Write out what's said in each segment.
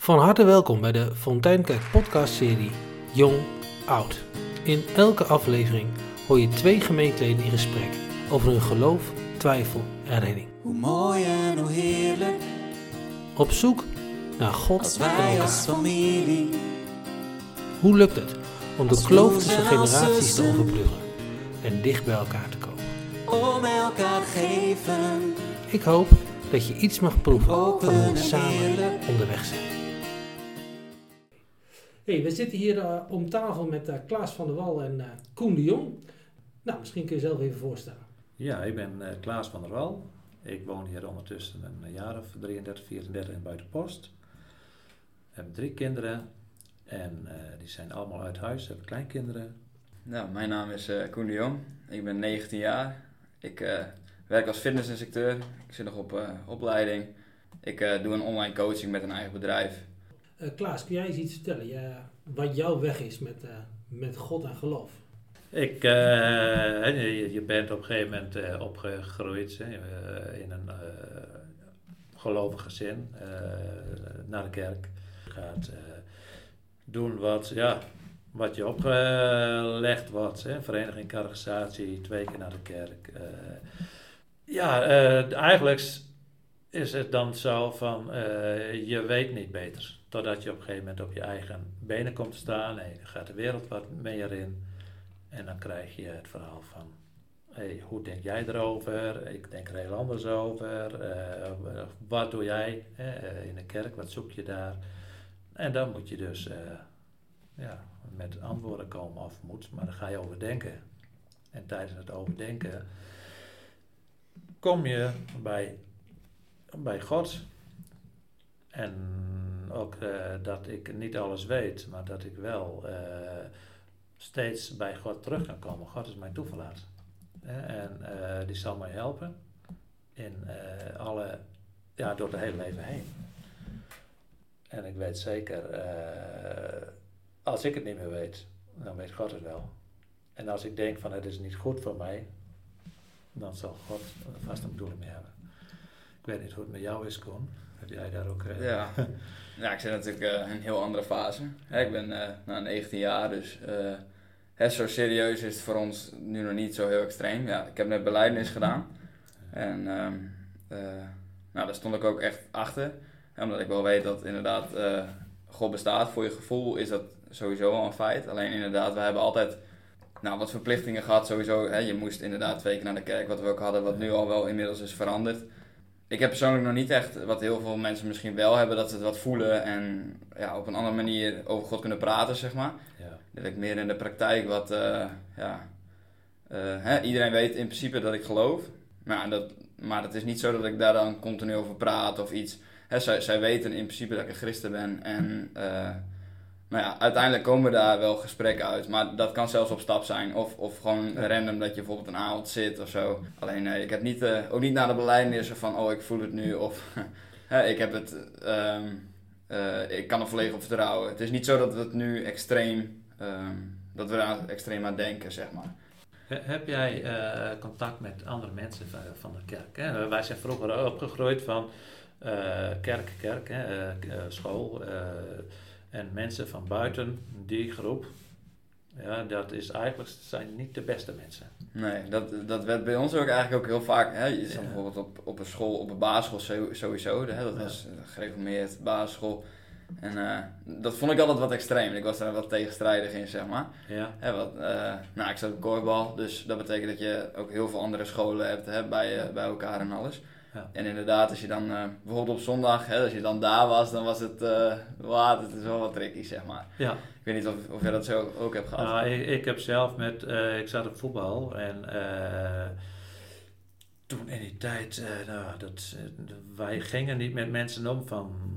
Van harte welkom bij de Fonteinkerk podcastserie Jong Oud. In elke aflevering hoor je 2 gemeenteleden in gesprek over hun geloof, twijfel en redding. Hoe mooi en hoe heerlijk, Op zoek naar God als en wij elkaar. als familie Hoe lukt het om de als kloof broers tussen en als generaties te zussen overbruggen en dicht bij elkaar te komen? om elkaar geven. Ik hoop dat je iets mag proeven van Open hoe we en samen eerlijk. onderweg zijn. Hey, we zitten hier om tafel met Klaas van der Wal en Koen de Jong. Nou, misschien kun je jezelf even voorstellen. Ja, ik ben Klaas van der Wal. Ik woon hier ondertussen een jaar of 33, 34 in Buitenpost. Ik heb 3 kinderen en die zijn allemaal uit huis, hebben kleinkinderen. Nou, mijn naam is Koen de Jong. Ik ben 19 jaar. Ik werk als fitnessinstructeur. Ik zit nog op opleiding. Ik doe een online coaching met een eigen bedrijf. Klaas, kun jij eens iets vertellen wat jouw weg is met God en geloof? Je bent op een gegeven moment opgegroeid in een gelovig gezin, naar de kerk. Je gaat doen wat je opgelegd wordt, vereniging, catechisatie, 2 keer naar de kerk. Eigenlijk is het dan zo van, je weet niet beter. Totdat je op een gegeven moment op je eigen benen komt te staan. En je gaat de wereld wat meer in. En dan krijg je het verhaal van, hey, hoe denk jij erover? Ik denk er heel anders over. Wat doe jij in de kerk? Wat zoek je daar? En dan moet je dus met antwoorden komen of moet. Maar dan ga je overdenken. En tijdens het overdenken kom je bij God. En ook dat ik niet alles weet, maar dat ik wel steeds bij God terug kan komen. God is mijn toeverlaat. En die zal mij helpen in door het hele leven heen. En ik weet zeker, als ik het niet meer weet, dan weet God het wel. En als ik denk van het is niet goed voor mij, dan zal God vast een bedoeling mee hebben. Ik weet niet hoe het met jou is, Koen. Heb jij daar ook... Ja, ik zit natuurlijk in een heel andere fase. Ik ben 19 jaar, dus zo serieus is het voor ons nu nog niet zo heel extreem. Ja, ik heb net belijdenis gedaan. En daar stond ik ook echt achter. Omdat ik wel weet dat inderdaad God bestaat. Voor je gevoel is dat sowieso al een feit. Alleen inderdaad, we hebben altijd wat verplichtingen gehad sowieso. Je moest inderdaad 2 keer naar de kerk, wat we ook hadden, wat nu al wel inmiddels is veranderd. Ik heb persoonlijk nog niet echt, wat heel veel mensen misschien wel hebben, dat ze het wat voelen en op een andere manier over God kunnen praten, zeg maar. Ja. Dat ik meer in de praktijk iedereen weet in principe dat ik geloof. Maar het is niet zo dat ik daar dan continu over praat of iets. Zij weten in principe dat ik een christen ben en uiteindelijk komen daar wel gesprekken uit. Maar dat kan zelfs op stap zijn of gewoon random dat je bijvoorbeeld een avond zit of zo. Alleen ik heb niet, ook niet naar de belijdenis van ik voel het nu of ik heb het, ik kan er volledig op vertrouwen. Het is niet zo dat we het nu extreem, dat we daar extreem aan denken, zeg maar. Heb jij contact met andere mensen van de kerk? Hè? Wij zijn vroeger opgegroeid van kerk, school en mensen van buiten die groep. Ja, dat is eigenlijk zijn niet de beste mensen. Nee, dat werd bij ons ook eigenlijk ook heel vaak. Je zat bijvoorbeeld op een school, op een basisschool sowieso. Dat was gereformeerd, basisschool. En dat vond ik altijd wat extreem. Ik was daar wat tegenstrijdig in, zeg maar. Ja. Ik zat op korfbal, dus dat betekent dat je ook heel veel andere scholen hebt bij elkaar en alles. Ja. En inderdaad, als je dan bijvoorbeeld op zondag, als je dan daar was, dan was het, het is wel wat tricky, zeg maar. Ja. Ik weet niet of jij dat zo ook hebt gehad. Nou, ik heb zelf ik zat op voetbal en toen in die tijd, wij gingen niet met mensen om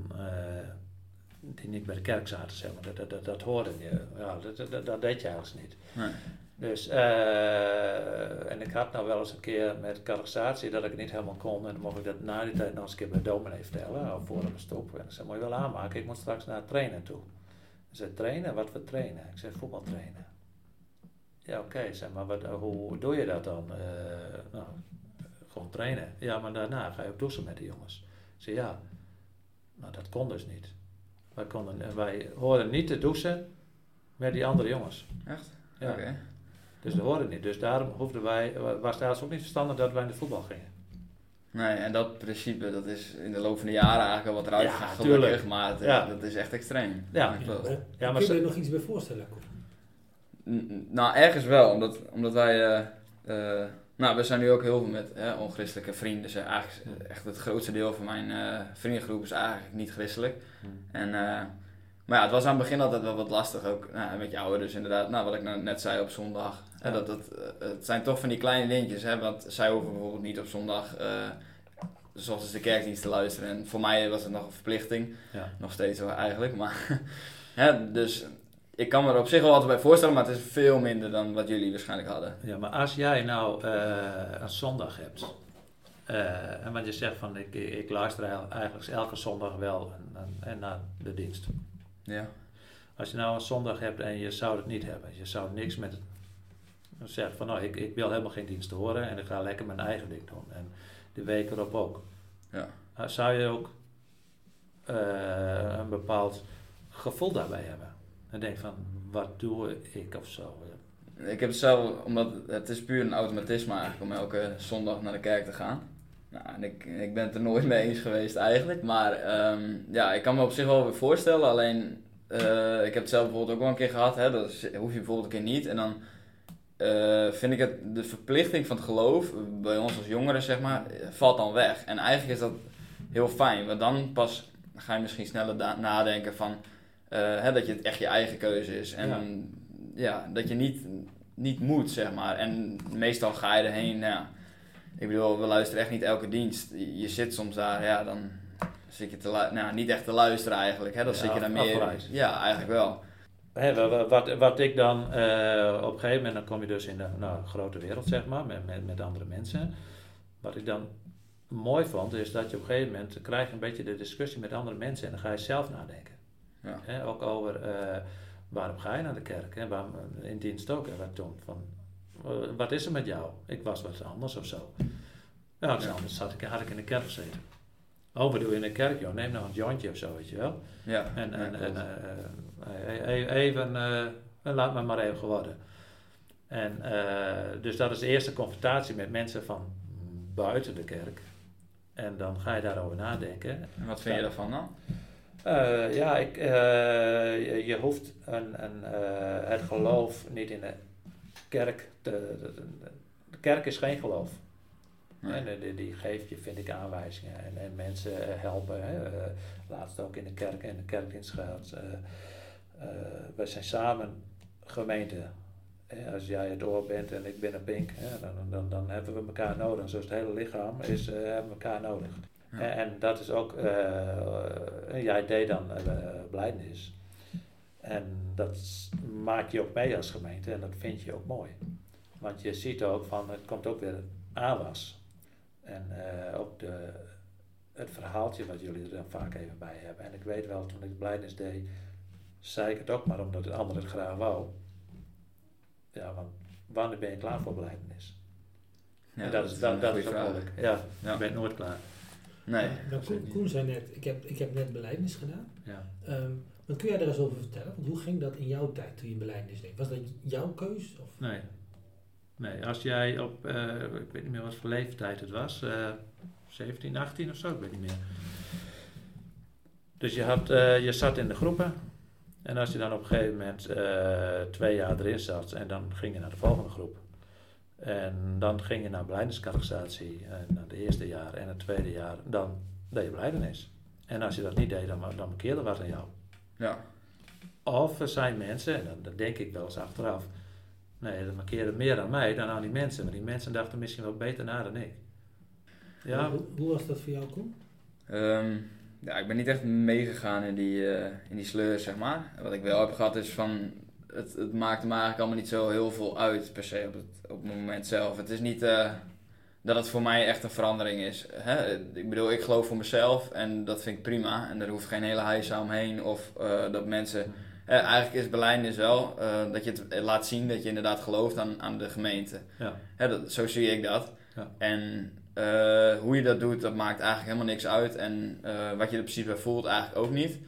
die niet bij de kerk zaten, zeg maar. Dat hoorde je. Ja, dat deed je eigenlijk niet. Nee. Dus, en ik had nou wel eens een keer met catechisatie dat ik het niet helemaal kon. En dan mocht ik dat na die tijd nog eens een keer bij de dominee vertellen, of voor hem stop. En ik zei, moet je wel aanmaken, ik moet straks naar het trainen toe. Hij zei, trainen? Wat voor trainen? Ik zei, voetbal trainen. Ja, oké, zeg maar, hoe doe je dat dan? Gewoon trainen. Ja, maar daarna ga je ook douchen met de jongens. Ik zei, ja, nou dat kon dus niet. Wij hoorden niet te douchen met die andere jongens. Echt? Ja. Oké. Dus dat hoorde niet. Dus daarom was het ook niet verstandig dat wij in de voetbal gingen. Nee, en dat principe, dat is in de loop van de jaren eigenlijk al wat eruit Ja, gegaan, tuurlijk. gelukkig, maar dat is echt extreem. Ja. Klopt. Ja, maar kun je er nog iets bij voorstellen, Koen? Nou, ergens wel, omdat wij, we zijn nu ook heel veel met onchristelijke vrienden. Dus eigenlijk echt het grootste deel van mijn vriendengroep is eigenlijk niet christelijk. En, maar ja, het was aan het begin altijd wel wat lastig, ook met je ouders inderdaad. Nou, wat ik net zei op zondag. Ja. Het zijn toch van die kleine dingetjes, want zij hoeven bijvoorbeeld niet op zondag zoals de kerkdienst te luisteren. En voor mij was het nog een verplichting, nog steeds wel eigenlijk. Maar dus ik kan me er op zich wel altijd bij voorstellen, maar het is veel minder dan wat jullie waarschijnlijk hadden. Ja, maar als jij nou een zondag hebt, want je zegt van ik luister eigenlijk elke zondag wel en naar de dienst. Ja. Als je nou een zondag hebt en je zou het niet hebben, je zou niks met het zeggen van nou ik wil helemaal geen dienst horen en ik ga lekker mijn eigen ding doen. En de week erop ook. Ja. Zou je ook een bepaald gevoel daarbij hebben? En denk van wat doe ik of zo. Ik heb het zelf, omdat het is puur een automatisme eigenlijk om elke zondag naar de kerk te gaan. Nou, en ik ben het er nooit mee eens geweest eigenlijk, maar ik kan me op zich wel weer voorstellen, alleen ik heb het zelf bijvoorbeeld ook wel een keer gehad, dat hoef je bijvoorbeeld een keer niet en dan vind ik de verplichting van het geloof, bij ons als jongeren zeg maar, valt dan weg. En eigenlijk is dat heel fijn, want dan pas ga je misschien sneller nadenken van dat je het echt je eigen keuze is en dat je niet moet zeg maar. En meestal ga je erheen, ik bedoel, we luisteren echt niet elke dienst. Je zit soms daar, dan zit je niet echt te luisteren eigenlijk. Dan zit je daar meer... afgeleid. Ja, eigenlijk wel. Wat ik dan op een gegeven moment, dan kom je dus in de grote wereld zeg maar, met andere mensen. Wat ik dan mooi vond, is dat je op een gegeven moment krijg je een beetje de discussie met andere mensen en dan ga je zelf nadenken. Ja. Ook over waarom ga je naar de kerk? In dienst ook. Wat toen? Wat is er met jou? Ik was wat anders of zo. Ja, dus anders had ik in de kerk gezeten. Oh, bedoel je in de kerk? Joh, neem nou een jointje of zo, weet je wel. Ja. Even, laat me maar even geworden. En dus dat is de eerste confrontatie met mensen van buiten de kerk. En dan ga je daarover nadenken. En wat vind je daarvan dan? Je hoeft het geloof niet in de kerk de kerk is geen geloof. Nee. En die geeft je, vind ik, aanwijzingen en mensen helpen. Laatst ook in de kerk en de kerkdienst gehad. Wij zijn samen gemeente. Als jij het oor bent en ik ben een pink, dan hebben we elkaar nodig. Zoals het hele lichaam hebben elkaar nodig. Ja. En dat is ook, jij deed dan belijdenis. En dat maak je ook mee als gemeente en dat vind je ook mooi. Want je ziet ook van, het komt ook weer aanwas. En ook het verhaaltje wat jullie er dan vaak even bij hebben. En ik weet wel, toen ik belijdenis deed, zei ik het ook maar omdat de ander het graag wou. Ja, want wanneer ben je klaar voor belijdenis? Ja, en dat is ook moeilijk. Ja, Ja. je bent nooit klaar. Nee. Koen zei net, ik heb net belijdenis gedaan. Ja. Maar kun jij daar eens over vertellen? Want hoe ging dat in jouw tijd toen je belijdenis deed? Was dat jouw keus? Of? Nee, als jij op, ik weet niet meer wat voor leeftijd het was, 17, 18 of zo, ik weet niet meer. Dus je zat in de groepen en als je dan op een gegeven moment 2 jaar erin zat en dan ging je naar de volgende groep. En dan ging je naar belijdeniscatechisatie en het eerste jaar en het tweede jaar, dan deed je belijdenis. En als je dat niet deed, dan markeerde wat aan jou. Ja. Of er zijn mensen, en dan denk ik wel eens achteraf, nee, dat markeerde meer aan mij dan aan die mensen. Maar die mensen dachten misschien wel beter na dan ik. Ja. Hoe was dat voor jou, Koen? Ik ben niet echt meegegaan in die sleur, zeg maar. Wat ik wel heb gehad is van, het maakte me eigenlijk allemaal niet zo heel veel uit per se op het moment zelf. Het is niet dat het voor mij echt een verandering is. Hè? Ik bedoel, ik geloof voor mezelf en dat vind ik prima. En er hoeft geen hele heisa omheen of dat mensen... eigenlijk is belijdenis wel dat je het laat zien dat je inderdaad gelooft aan de gemeente. Ja. Zo zie ik dat. Ja. En hoe je dat doet, dat maakt eigenlijk helemaal niks uit. En wat je er precies bij voelt, eigenlijk ook niet. Nee.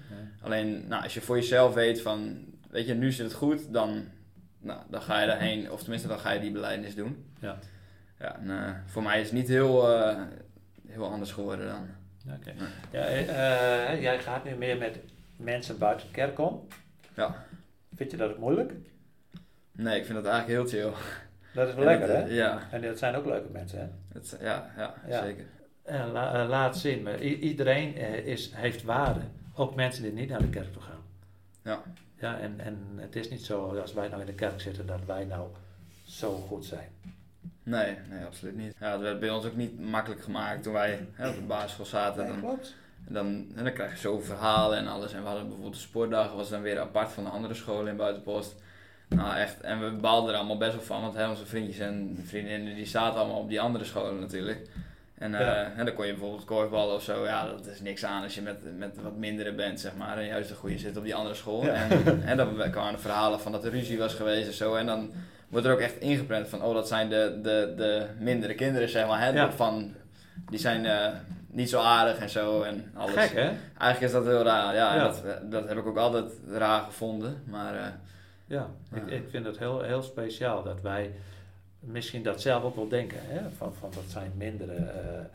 Alleen, als je voor jezelf weet van, weet je, nu zit het goed, dan ga je daarheen, of tenminste dan ga je die belijdenis doen. Ja. Ja, en, voor mij is het niet heel anders geworden dan. Okay. Ja, jij gaat nu meer met mensen buiten de kerk om. Ja. Vind je dat ook moeilijk? Nee, ik vind dat eigenlijk heel chill. Dat is wel lekker, hè? Ja. En dat zijn ook leuke mensen, hè? Ja, zeker. En laat zien, maar iedereen heeft waarde. Ook mensen die niet naar de kerk toe gaan. Ja. Ja, en het is niet zo, als wij nou in de kerk zitten, dat wij nou zo goed zijn. Nee, absoluut niet. Ja, het werd bij ons ook niet makkelijk gemaakt toen wij op de basisschool zaten. Nee, klopt. Dan krijg je zoveel verhalen en alles. En we hadden bijvoorbeeld de sportdag, was dan weer apart van de andere scholen in Buitenpost. Nou echt, en we baalden er allemaal best wel van, want onze vriendjes en vriendinnen die zaten allemaal op die andere scholen natuurlijk. En, en dan kon je bijvoorbeeld korfballen of zo, ja, dat is niks aan als je met wat mindere bent, zeg maar. En juist de goede zit op die andere school. Ja. En dan kwamen er verhalen van dat er ruzie was geweest en zo. En dan wordt er ook echt ingeprent van, dat zijn de mindere kinderen, zeg maar. Hè? Ja. Die zijn niet zo aardig en zo en alles. Gek, hè? Eigenlijk is dat heel raar, ja. Dat heb ik ook altijd raar gevonden, maar... Ik vind het heel, heel speciaal dat wij misschien dat zelf ook wel denken, hè? Van dat zijn mindere,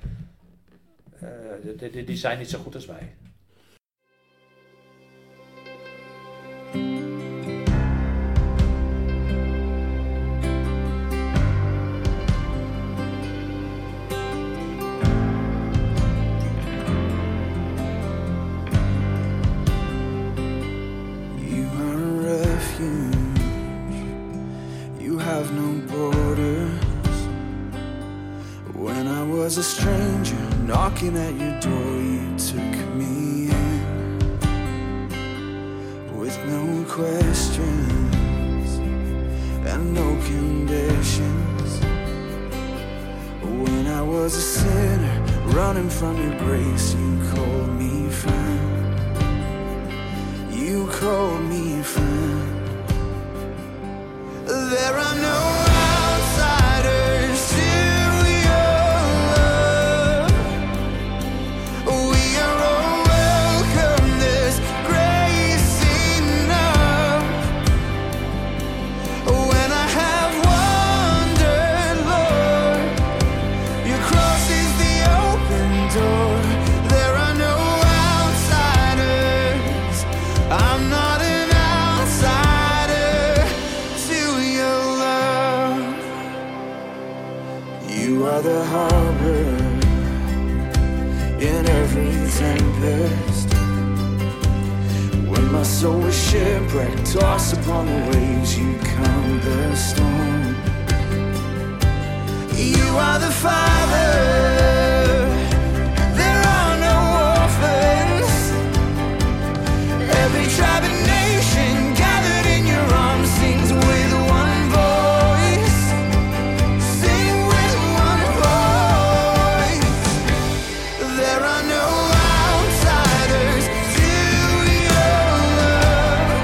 die zijn niet zo goed als wij. Was a stranger knocking at your door, you took me in with no questions and no conditions. When I was a sinner running from your grace, you called me friend. You called me friend. There are no the harbor in every tempest. When my soul was shipwrecked, tossed upon the waves, you calmed the storm. You are the Father. There are no orphans. Every tribe and nation gathered in your arms sings with one voice. Sing with one voice. There are no outsiders to your love.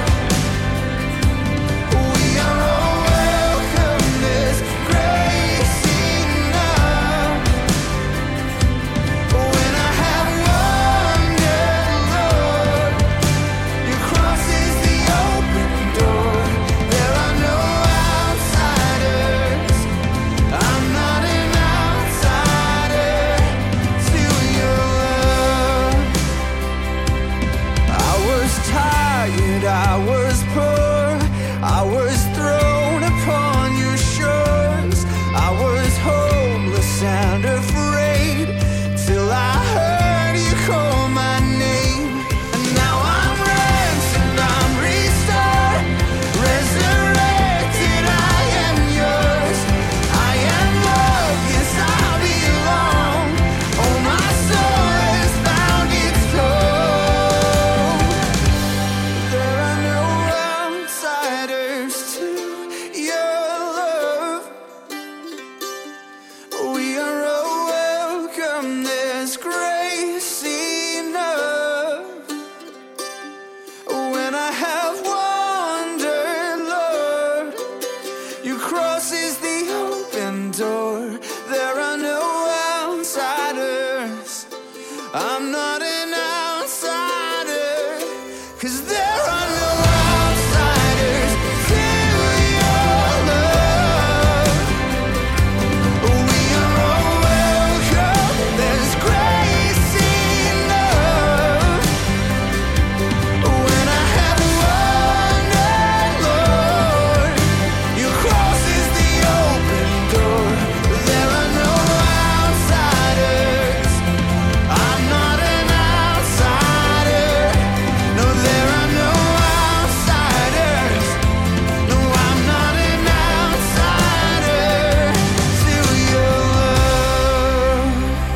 We are all welcome. There's grace enough. When I have wandered, Lord, your cross is the open door. There are no outsiders. I'm not an outsider to your love. I was tired, I was poor, I was thrown upon your shores. I was homeless and afraid till I heard you call my name. And now I'm ransomed, I'm restored, resurrected, I am yours. I am loved, yes I belong. Oh, my soul has found its home. There are no outsiders to your love. We are all welcome, there's grace enough. When I have wandered, Lord, your cross is the open door. There are no outsiders. I'm not an outsider, 'cause There are no outsiders to your love. We are all welcome. There's grace enough. When I have wandered, Lord, your cross is the open door. There are no outsiders. I'm not an outsider. No, there are no outsiders. No, I'm not an outsider to your love.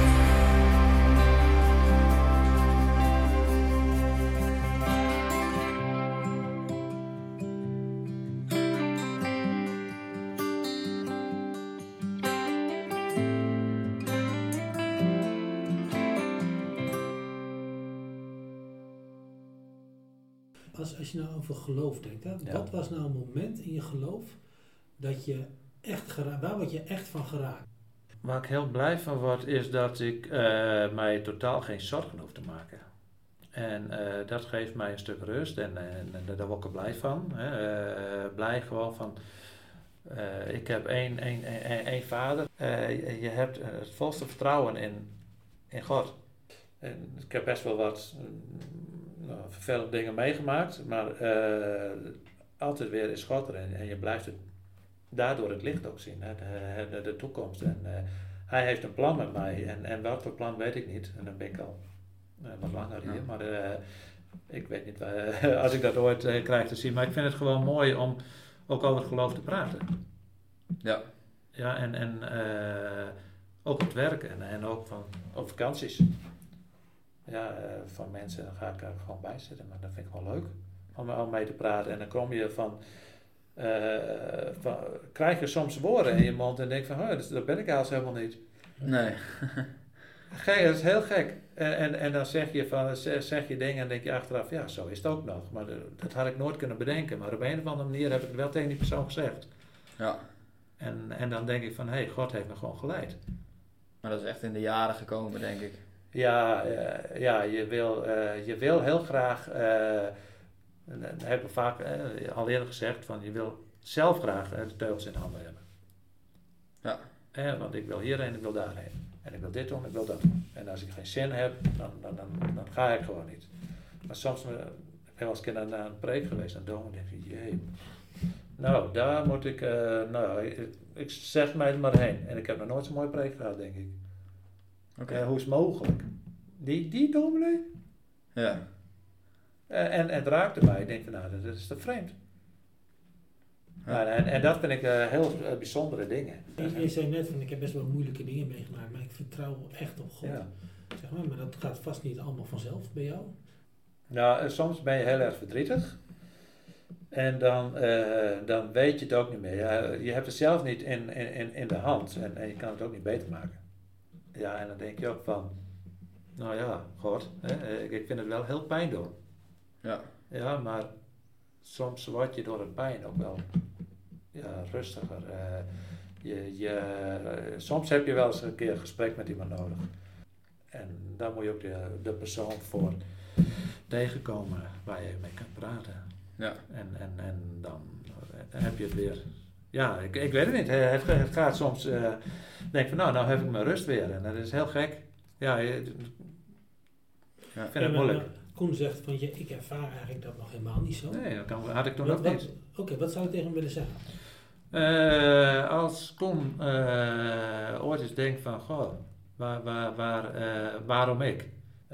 Als je nou over geloof denkt, hè, Ja. wat was nou een moment in je geloof dat je echt waar word je echt van geraakt? Waar ik heel blij van word, is dat ik mij totaal geen zorgen hoef te maken. En dat geeft mij een stuk rust en daar word ik er blij van. Hè. Blij gewoon van, ik heb één vader. Je hebt het volste vertrouwen in God. En ik heb best wel wat vervelende dingen meegemaakt, maar altijd weer is God er en je blijft het, daardoor het licht ook zien, hè, de toekomst. En hij heeft een plan met mij en wat voor plan weet ik niet. En dan ben ik al wat langer hier, maar ik weet niet als ik dat ooit krijg te zien. Maar ik vind het gewoon mooi om ook over het geloof te praten. Ja. Ja, en ook op het werk en ook op vakanties. Ja, van mensen ga ik er gewoon bij zitten, maar dat vind ik gewoon leuk om mee te praten. En dan kom je krijg je soms woorden in je mond en denk van, dat ben ik eigenlijk helemaal niet. Nee. Gek, dat is heel gek. En dan zeg je dingen en denk je achteraf, ja, zo is het ook nog. Maar dat had ik nooit kunnen bedenken. Maar op een of andere manier heb ik het wel tegen die persoon gezegd. Ja. En dan denk ik van, God heeft me gewoon geleid. Maar dat is echt in de jaren gekomen, denk ik. Ja, je wil heel graag, dat heb ik vaak al eerder gezegd, van je wil zelf graag de teugels in handen hebben. Ja. Want ik wil hierheen, ik wil daarheen. En ik wil dit doen, ik wil dat doen. En als ik geen zin heb, dan ga ik gewoon niet. Maar soms ben ik wel eens een keer naar een preek geweest en dan denk ik, jee. Nou, daar moet ik, ik zeg mij er maar heen. En ik heb nog nooit zo'n mooie preek gehad, denk ik. Oké. Hoe is het mogelijk? Die dominee? Ja. En het raakte mij. Ik denk van, dat is te vreemd. Ja. En dat vind ik heel bijzondere dingen. Je zei net van, ik heb best wel moeilijke dingen meegemaakt, maar ik vertrouw echt op God. Ja. Zeg maar dat gaat vast niet allemaal vanzelf bij jou. Nou, soms ben je heel erg verdrietig. En dan weet je het ook niet meer. Ja, je hebt het zelf niet in de hand. En je kan het ook niet beter maken. Ja, en dan denk je ook van, nou ja, God, ik vind het wel heel pijn doen. Ja. Ja, maar soms word je door het pijn ook wel rustiger. Soms heb je wel eens een keer een gesprek met iemand nodig. En daar moet je ook de persoon voor tegenkomen waar je mee kan praten. Ja. En dan heb je het weer. Ja, ik weet het niet. Het gaat soms, denk van nou heb ik mijn rust weer. En dat is heel gek. Ja, ik vind het moeilijk. Koen zegt van, ik ervaar eigenlijk dat nog helemaal niet zo. Nee, dat had ik toen ook niet. Oké, wat zou je tegen hem willen zeggen? Als Koen ooit eens denkt van, goh, waarom ik?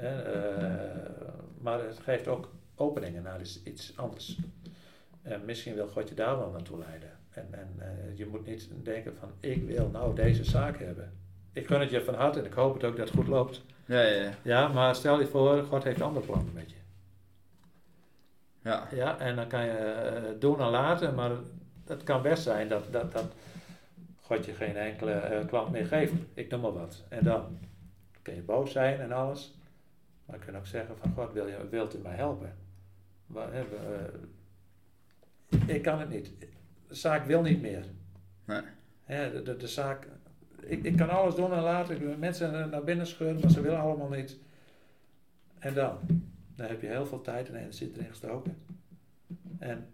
Maar het geeft ook openingen naar iets anders. En misschien wil God je daar wel naartoe leiden. En je moet niet denken van, ik wil nou deze zaak hebben. Ik gun het je van harte en ik hoop het ook dat het goed loopt. Ja. Ja, maar stel je voor, God heeft andere plannen met je. Ja. Ja, en dan kan je doen en laten, maar het kan best zijn dat God je geen enkele klant meer geeft. Ik noem maar wat. En dan kun je boos zijn en alles. Maar je kunt ook zeggen van, God, wilt u mij helpen? Ik kan het niet. De zaak wil niet meer. Nee. De zaak... Ik kan alles doen en laten. Ik wil mensen naar binnen scheuren, maar ze willen allemaal niet. En dan? Daar heb je heel veel tijd en energie erin gestoken. En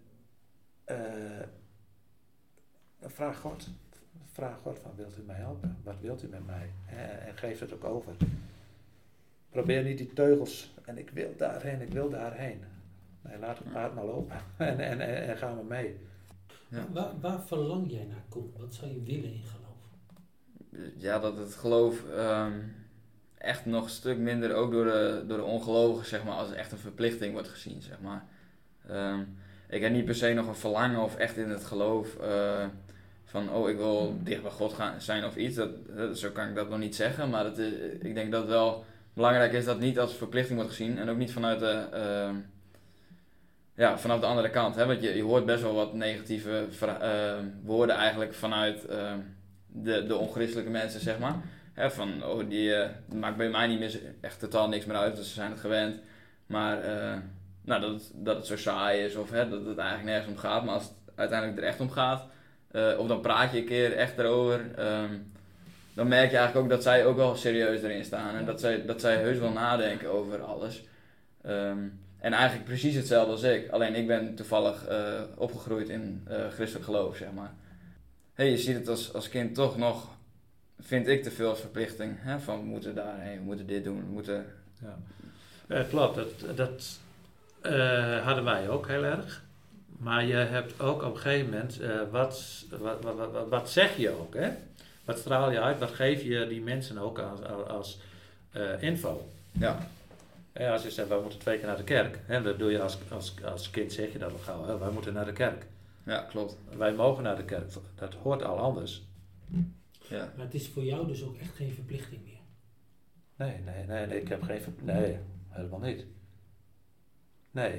vraag God van, wilt u mij helpen? Wat wilt u met mij? En geef het ook over. Probeer niet die teugels en ik wil daarheen. Nee, laat het paard maar lopen en ga maar mee. Ja. Waar verlang jij naar, Koen? Wat zou je willen in geloof? Ja, dat het geloof echt nog een stuk minder ook door de ongelovigen, zeg maar, als echt een verplichting wordt gezien, zeg maar. Ik heb niet per se nog een verlangen of echt in het geloof van, ik wil dicht bij God gaan zijn of iets. Zo kan ik dat nog niet zeggen, maar ik denk dat het wel belangrijk is dat het niet als verplichting wordt gezien en ook niet vanuit vanaf de andere kant. Hè? Want je hoort best wel wat negatieve woorden eigenlijk vanuit de onchristelijke mensen, zeg maar. Hè? Van, die maakt bij mij niet meer echt totaal niks meer uit, dus ze zijn het gewend. Maar dat het zo saai is of dat het eigenlijk nergens om gaat. Maar als het uiteindelijk er echt om gaat, of dan praat je een keer echt erover, dan merk je eigenlijk ook dat zij ook wel serieus erin staan. En dat zij heus wel nadenken over alles. En eigenlijk precies hetzelfde als ik. Alleen ik ben toevallig opgegroeid in christelijk geloof, zeg maar. Je ziet het als kind toch nog, vind ik, te veel als verplichting. Hè? Van we moeten daarheen, we moeten dit doen, we moeten... Ja. Klopt, dat hadden wij ook heel erg. Maar je hebt ook op een gegeven moment, wat zeg je ook, hè? Wat straal je uit, wat geef je die mensen ook als info? Ja. Als je zegt, wij moeten 2 keer naar de kerk, hè, dat doe je als kind, zeg je dat al gauw, hè, wij moeten naar de kerk. Ja, klopt. Wij mogen naar de kerk, dat hoort al anders. Ja. Maar het is voor jou dus ook echt geen verplichting meer? Nee, ik heb geen verplichting. Nee, helemaal niet. Nee,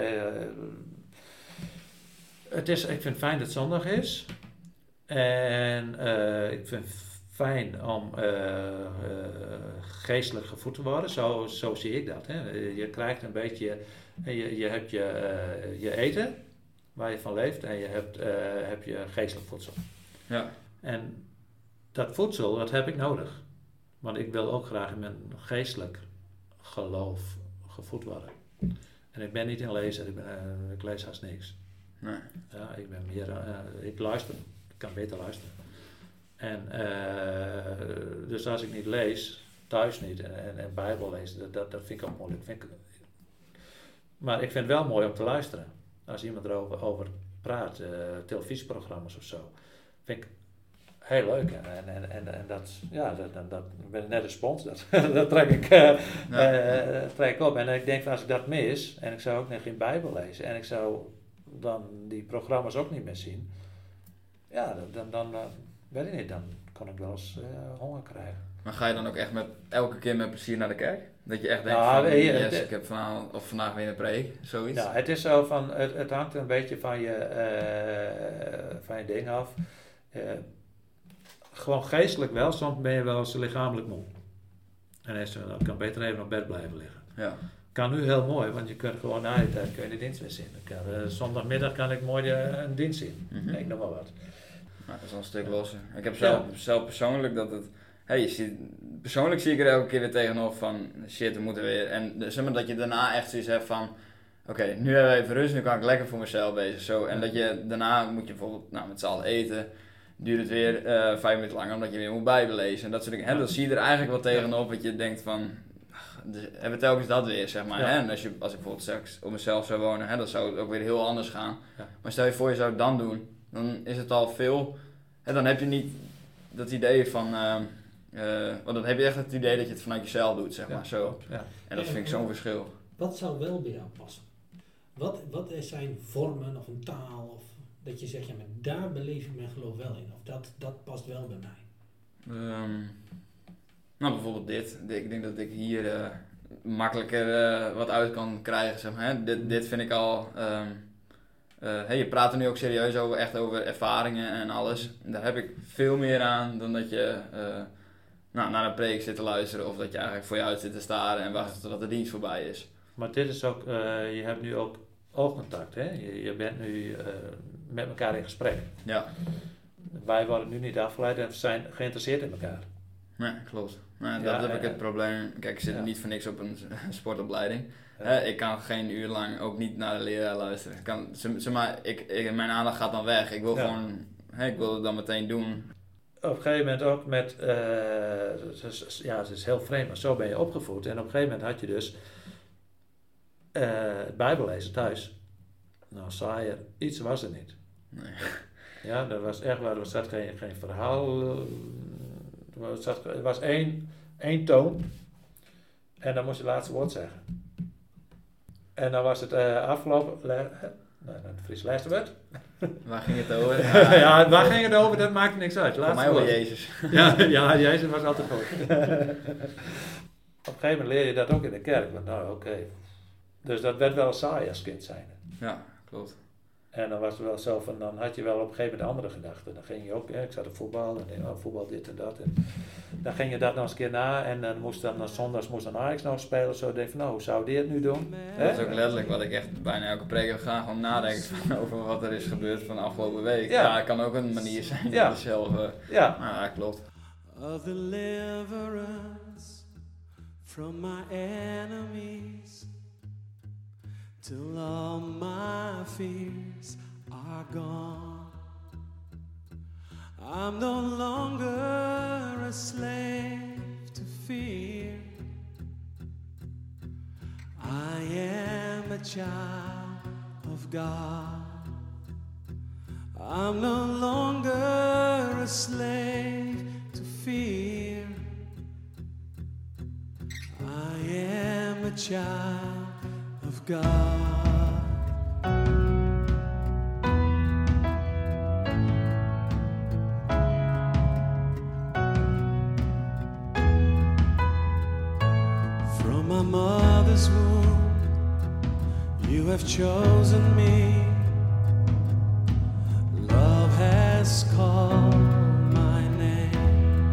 ik vind het fijn dat het zondag is. En ik vind het fijn om geestelijk gevoed te worden. Zo zie ik dat. Hè. Je krijgt een beetje... Je hebt je eten, waar je van leeft. En je hebt je geestelijk voedsel. Ja. En dat voedsel, dat heb ik nodig. Want ik wil ook graag in mijn geestelijk geloof gevoed worden. En ik ben niet een lezer. Ik lees haast niks. Nee. Ja, ik ben meer... ik luister. Ik kan beter luisteren. En dus als ik niet lees, thuis niet, en Bijbel lees, dat vind ik ook moeilijk. Maar ik vind het wel mooi om te luisteren. Als iemand erover praat, televisieprogramma's of zo, vind ik heel leuk. En dat ben ik net een spons, dat trek ik op. En ik denk van als ik dat mis, en ik zou ook nog geen Bijbel lezen, en ik zou dan die programma's ook niet meer zien, ja, dan weet ik niet, dan kan ik wel eens honger krijgen. Maar ga je dan ook echt elke keer met plezier naar de kerk? Dat je echt denkt ik heb vandaag weer een preek, zoiets? Ja, het is zo van, het hangt een beetje van je ding af. Gewoon geestelijk wel, soms ben je wel eens lichamelijk moe. En dan kan beter even op bed blijven liggen. Ja. Kan nu heel mooi, want je kunt gewoon na je tijd de dienst weer zien. Zondagmiddag kan ik mooi een dienst zien. Mm-hmm. Ik nog wel wat. Nou, dat is al een stuk losser. Ik heb zelf persoonlijk dat het... persoonlijk zie ik er elke keer weer tegenover van... Shit, we moeten weer... En zeg maar dat je daarna echt zoiets hebt van... Oké, nu hebben we even rust, nu kan ik lekker voor mezelf bezig. Zo. En dat je daarna moet je bijvoorbeeld met z'n allen eten... Duurt het weer 5 minuten langer omdat je weer moet Bijbel lezen. En dat soort dingen. Dat zie je er eigenlijk wel tegenop. Dat je denkt van... hebben we telkens dat weer, zeg maar. Ja. Hè? En als ik bijvoorbeeld straks op mezelf zou wonen... dan zou het ook weer heel anders gaan. Ja. Maar stel je voor je zou het dan doen... dan is het al veel... dan heb je niet dat idee van... want dan heb je echt het idee dat je het vanuit jezelf doet, zeg maar. Zo. Ja. En dat vind ik zo'n verschil. Wat zou wel bij jou passen? Wat zijn vormen of een taal... of dat je zegt, ja, maar daar beleef ik mijn geloof wel in. Of dat past wel bij mij. Bijvoorbeeld dit. Ik denk dat ik hier makkelijker wat uit kan krijgen, zeg maar. Hè? Dit vind ik al... je praat er nu ook serieus over, echt over ervaringen en alles. En daar heb ik veel meer aan dan dat je naar een preek zit te luisteren. Of dat je eigenlijk voor je uit zit te staren en wacht tot de dienst voorbij is. Maar dit is ook... je hebt nu ook oogcontact, hè? Je bent nu met elkaar in gesprek. Ja. Wij worden nu niet afgeleid en zijn geïnteresseerd in elkaar. Nee, klopt. Dat heb ik het probleem. Kijk, ik zit niet voor niks op een sportopleiding. Ik kan geen uur lang ook niet naar de leraar luisteren. Mijn aandacht gaat dan weg. Ik wil gewoon, ik wil het dan meteen doen. Op een gegeven moment ook met, het is heel vreemd, maar zo ben je opgevoed. En op een gegeven moment had je dus het Bijbellezen thuis. Nou, saaier, iets was er niet. Nee. Ja, dat was echt waar, er zat geen verhaal. Er was één toon. En dan moest je het laatste woord zeggen. En dan was het afgelopen. Het Fries laatste woord. Waar ging het over? Ja, waar ging het over? Dat maakt niks uit. Voor mij wel Jezus. Ja, Jezus was altijd goed. Op een gegeven moment leer je dat ook in de kerk. Want nou, oké. Dus dat werd wel saai als kind zijn. Ja, klopt. En dan was het wel zo van, dan had je wel op een gegeven moment andere gedachten. Dan ging je ook, ik zat op voetbal, en denk, voetbal dit en dat. En dan ging je dat nog eens een keer na en dan moest zondags Ajax nog spelen. Zo denk je van, nou, hoe zou die het nu doen? Dat is ook letterlijk wat ik echt bijna elke preek heb gedaan. Gewoon nadenken over wat er is gebeurd van de afgelopen week. Ja, het kan ook een manier zijn om jezelf... Ja, klopt. Of deliverance from my enemies, till all my fears are gone. I'm no longer a slave to fear. I am a child of God. I'm no longer a slave to fear. I am a child of God. From my mother's womb, you have chosen me. Love has called my name.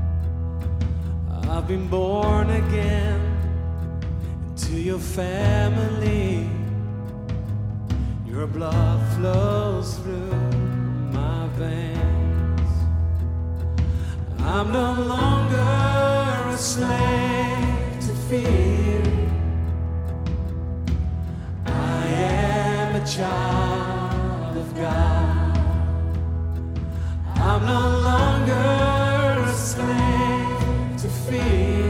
I've been born again to your family. Your blood flows through my veins. I'm no longer a slave to fear. I am a child of God. I'm no longer a slave to fear.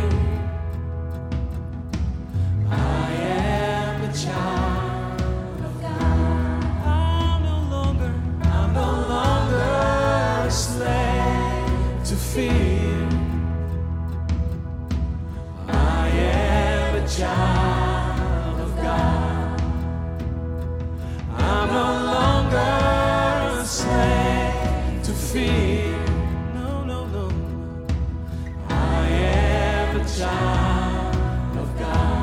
Child of God. I'm no longer a slave to fear. I am a child of God. I'm no longer a slave to fear. No, no, no. I am a child of God.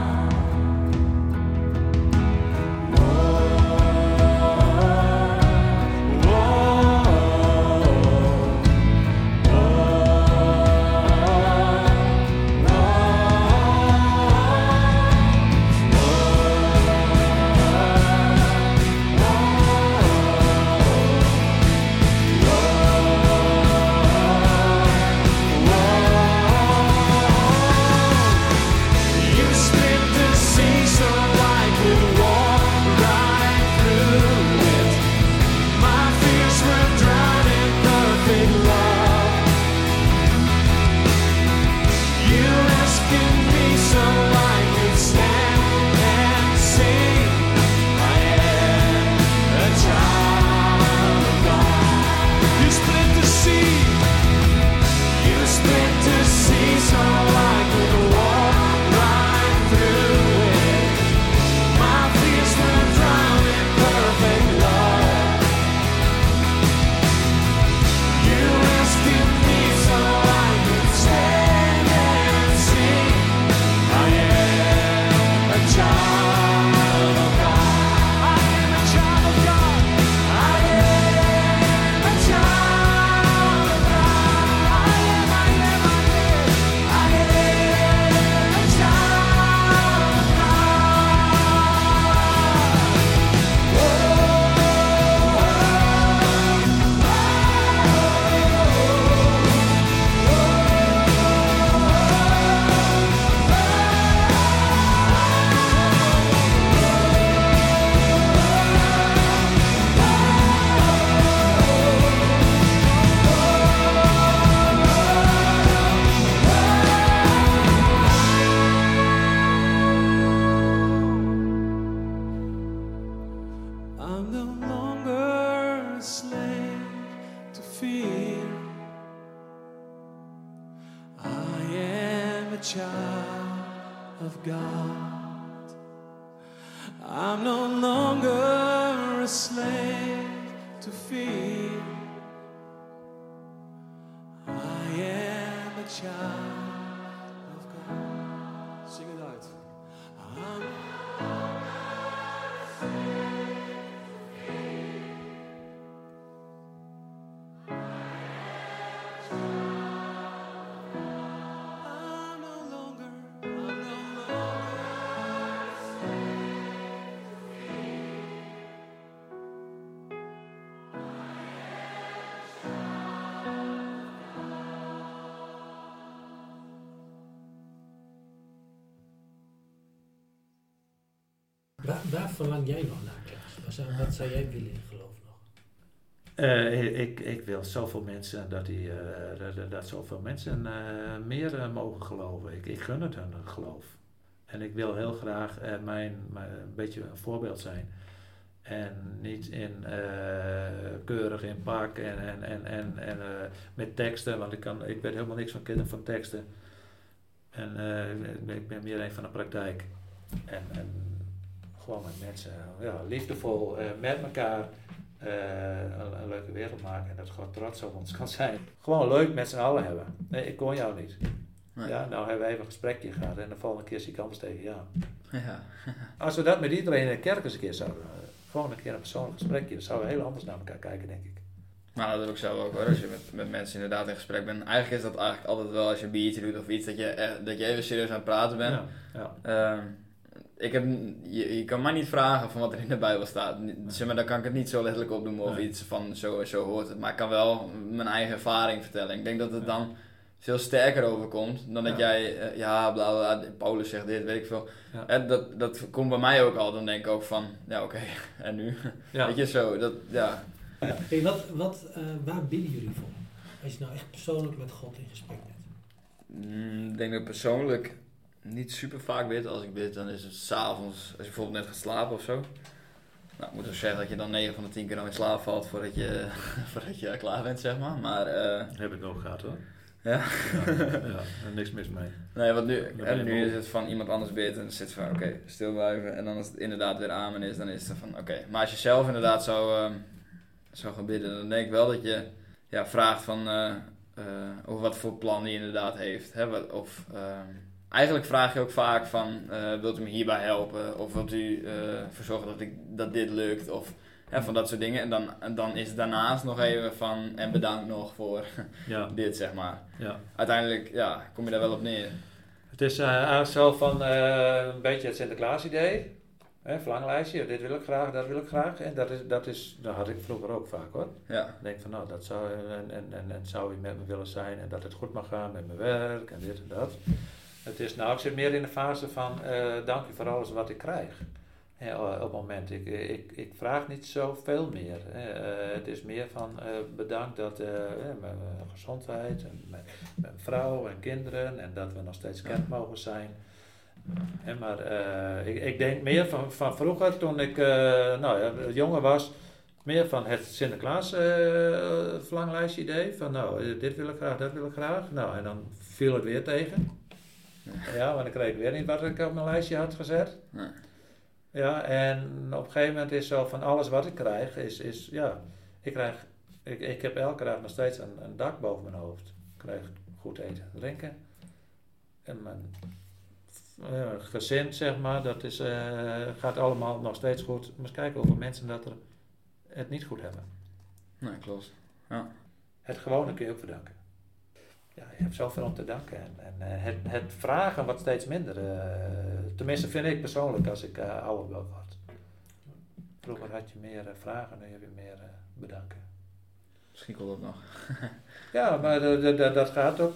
I'm no longer a slave to fear. I am a child of God. I'm no longer a slave to fear. I am a child of God. Zing het uit. I'm no longer. Waar verlang jij nog naar, Klaas? Wat zou jij willen in geloof nog? Ik wil zoveel mensen dat zoveel mensen meer mogen geloven. Ik gun het hun geloof. En ik wil heel graag een beetje een voorbeeld zijn. En niet keurig in pak en met teksten, want ik weet helemaal niks van teksten. En ik ben meer een van de praktijk. En gewoon met mensen, liefdevol, met elkaar een leuke wereld maken en dat God trots op ons kan zijn. Gewoon leuk met z'n allen hebben. Nee, ik kon jou niet. Nee. Ja, nou hebben we even een gesprekje gehad en de volgende keer zie ik anders tegen jou. Ja. Als we dat met iedereen in de kerk eens een keer zouden, gewoon een keer een persoonlijk gesprekje, dan zouden we heel anders naar elkaar kijken, denk ik. Maar dat doe ik zelf ook hoor, als je met mensen inderdaad in gesprek bent. Eigenlijk is dat eigenlijk altijd wel als je een biertje doet of iets, dat je even serieus aan het praten bent. Ja. Je kan mij niet vragen van wat er in de Bijbel staat. Zeg maar, dan kan ik het niet zo letterlijk opdoen of iets van zo hoort het. Maar ik kan wel mijn eigen ervaring vertellen. Ik denk dat het dan veel sterker overkomt dan dat jij, bla bla, Paulus zegt dit, weet ik veel. Ja. Dat komt bij mij ook al. Dan denk ik ook van, oké, en nu? Ja. Weet je, zo, Hey, waar bidden jullie voor? Als je nou echt persoonlijk met God in gesprek bent. Ik denk dat ik persoonlijk niet super vaak bid. Als ik bid, dan is het 's avonds, als je bijvoorbeeld net gaat slapen of zo. Nou, ik moet ook zeggen dat je dan 9 van de 10 keer dan in slaap valt voordat je klaar bent, zeg maar. Maar Heb ik ook gehad hoor. ja. En niks mis mee. Nee, want nu is het van iemand anders bidt en dan zit van oké, stil blijven. En dan als het inderdaad weer amen is, dan is het van oké. Maar als je zelf inderdaad zou gaan bidden, dan denk ik wel dat je vraagt van over wat voor plan hij inderdaad heeft. Hè? Eigenlijk vraag je ook vaak van, wilt u me hierbij helpen? Of wilt u ervoor zorgen dat dit lukt? Of van dat soort dingen. En dan is het daarnaast nog even van, en bedankt nog voor dit, zeg maar. Ja. Uiteindelijk, kom je daar wel op neer. Het is eigenlijk zo van een beetje het Sinterklaas idee. Verlanglijstje, dit wil ik graag, dat wil ik graag. En dat had ik vroeger ook vaak hoor. Ja. Ik denk van dat zou, en zou je met me willen zijn en dat het goed mag gaan met mijn werk en dit en dat. Het is ik zit meer in de fase van dank u voor alles wat ik krijg. Op het moment, ik vraag niet zoveel meer. Het is meer van bedankt dat mijn gezondheid en mijn vrouw en kinderen en dat we nog steeds kerk mogen zijn. Maar ik denk meer van vroeger, toen ik jonger was, meer van het Sinterklaas verlanglijstje idee. Van dit wil ik graag, dat wil ik graag. Nou, en dan viel het weer tegen. Ja, want dan kreeg ik weer niet wat ik op mijn lijstje had gezet. Nee. Ja, en op een gegeven moment is zo van alles wat ik krijg, ik heb elke dag nog steeds een dak boven mijn hoofd. Ik krijg goed eten en drinken. En mijn gezin, zeg maar, dat gaat allemaal nog steeds goed. Maar eens kijken hoeveel mensen dat het niet goed hebben. Nee, klopt. Ja. Het gewone kun je ook verdanken. Ja, je hebt zoveel om te danken. En het vragen wat steeds minder. Tenminste vind ik persoonlijk als ik ouder word. Vroeger had je meer vragen, nu heb je meer bedanken. Misschien komt dat nog. Ja, maar dat gaat ook...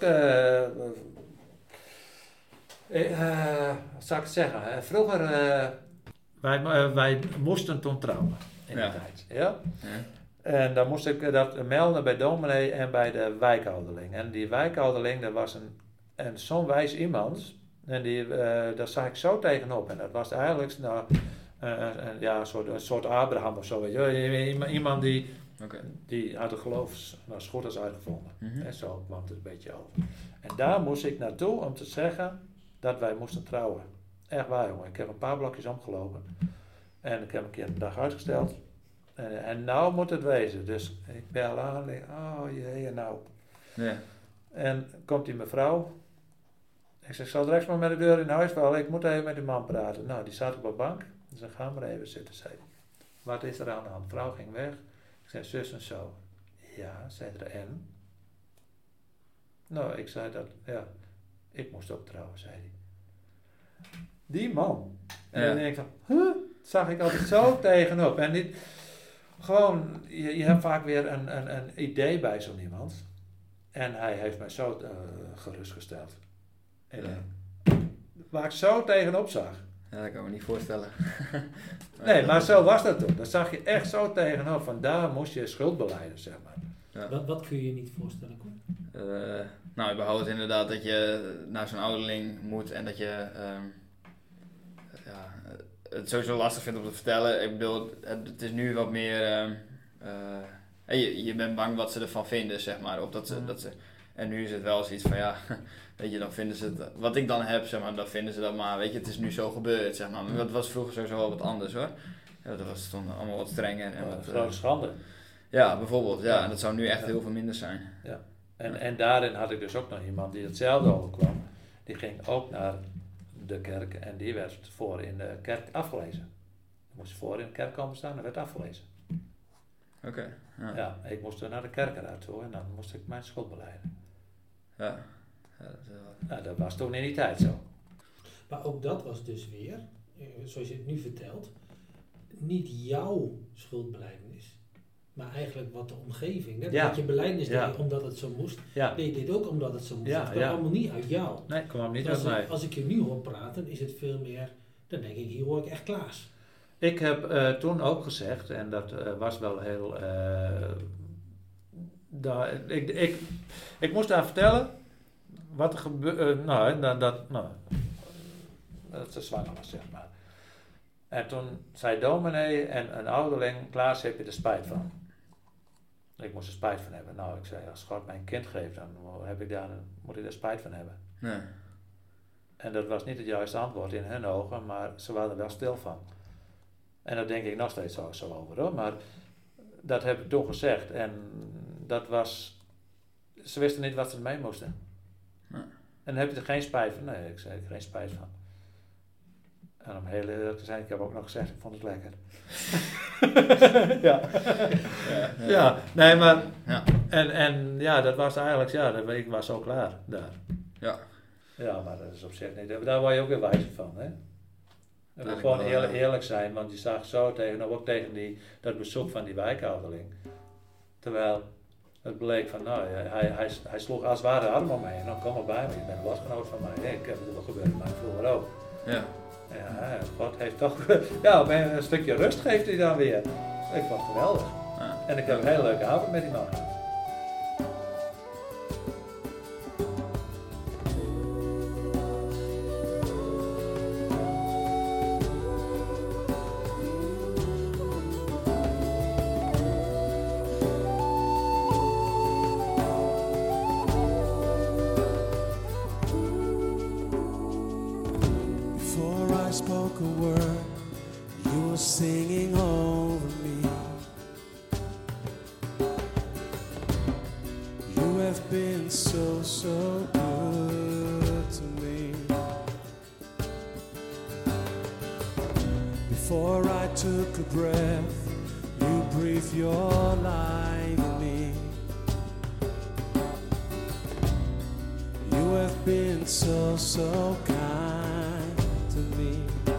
wat zou ik het zeggen? Vroeger... wij moesten toen trouwen in de tijd. Ja? Ja. En dan moest ik dat melden bij dominee en bij de wijkouderling. En die wijkouderling, dat was zo'n wijs iemand. En daar zag ik zo tegenop. En dat was eigenlijk Een soort Abraham of zo. Weet je. Iemand Oké. die had het geloof als goed als uitgevonden. Mhm. En zo kwam het een beetje over. En daar moest ik naartoe om te zeggen dat wij moesten trouwen. Echt waar, jongen. Ik heb een paar blokjes omgelopen. En ik heb een keer een dag uitgesteld. En nou moet het wezen. Dus ik bel aan. Oh jee, nou. Ja. En komt die mevrouw. Ik zeg, zal direct maar met de deur in huis vallen. Ik moet even met die man praten. Nou, die zat op een bank. Ik zeg, ga maar even zitten, zei hij. Wat is er aan de hand? De vrouw ging weg. Ik zei, zus en zo. Ja, zei er en? Nou, ik zei dat, ja. Ik moest ook trouwen, zei hij. Die man. En Ja. dan denk ik van, huh? Zag ik altijd zo tegenop. En niet, gewoon, je hebt vaak weer een idee bij zo'n iemand. En hij heeft mij zo gerustgesteld. En waar ik zo tegenop zag. Ja, dat kan ik me niet voorstellen. Nee, maar zo was dat toen. Daar zag je echt zo tegenop. Van daar moest je schuld belijden, zeg maar. Ja. Wat kun je je niet voorstellen, Koen? Nou, überhaupt inderdaad dat je naar zo'n ouderling moet en dat je het sowieso lastig vindt om te vertellen. Ik bedoel, het is nu wat meer, je bent bang wat ze ervan vinden, zeg maar. Of dat ze, en nu is het wel zoiets van, ja, weet je, dan vinden ze het, wat ik dan heb, zeg maar, dan vinden ze dat maar, weet je, het is nu zo gebeurd, zeg maar. Maar dat was vroeger sowieso wel wat anders, hoor. Ja, dat was toen allemaal wat strenger. En wat, Grote schande. ja, bijvoorbeeld, ja, en dat zou nu echt heel veel minder zijn. Ja. En daarin had ik dus ook nog iemand die hetzelfde overkwam. Die ging ook naar de kerk en die werd voor in de kerk afgelezen. Die moest voor in de kerk komen staan en werd afgelezen. Oké. Ja. Ja, ik moest er naar de kerkeraad toe en dan moest ik mijn schuld belijden. Ja. Ja, dat is wel... Nou, dat was toen in die tijd zo. Maar ook dat was dus weer, zoals je het nu vertelt, niet jouw schuldbelijdenis. Maar eigenlijk wat de omgeving. Net Ja. dat je belijdenis Ja. deed omdat het zo moest. Ja. Nee, je deed ook omdat het zo moest. Ja, Het kwam ja. allemaal niet uit jou. Nee, kwam niet Dus uit mij. als ik je nu hoor praten, is het veel meer, dan denk ik, hier hoor ik echt Klaas. Ik heb toen ook gezegd, en dat was wel heel... ik moest daar vertellen wat er gebeurde. Dat ze zwanger was, zeg maar. En toen zei dominee en een ouderling, Klaas, heb je er spijt van? Ik moest er spijt van hebben. Nou, ik zei, als God mij een kind geeft, dan moet ik daar spijt van hebben. Nee. En dat was niet het juiste antwoord in hun ogen, maar ze waren er wel stil van. En daar denk ik nog steeds zo over, hoor. Maar dat heb ik toen gezegd. En dat was... Ze wisten niet wat ze ermee moesten. Nee. En dan heb je er geen spijt van? Nee, ik zei er geen spijt van. En om heel eerlijk te zijn, ik heb ook nog gezegd, ik vond het lekker. Ja. Ja, nee, maar... Ja. En ja, dat was eigenlijk... Ja, ik was zo klaar daar. Ja. Ja, maar dat is op zich niet... Daar word je ook weer wijzer van, hè? Je moet gewoon eerlijk zijn, want je zag zo ook tegen dat bezoek van die wijkouderling. Terwijl het bleek van, nou, hij sloeg als het ware arm om mij en dan kom maar bij me, je bent een lotgenoot van mij. Ik heb het wel gebeurd, maar vroeger ook. Ja. Ja, God heeft toch, ja, een stukje rust geeft hij dan weer. Ik vond het geweldig. Ja. En ik heb een hele leuke avond met die man gehad. Before I spoke a word, you were singing over me. You have been so, so good to me. Before I took a breath, you breathed your life in me. You have been so, so kind to me.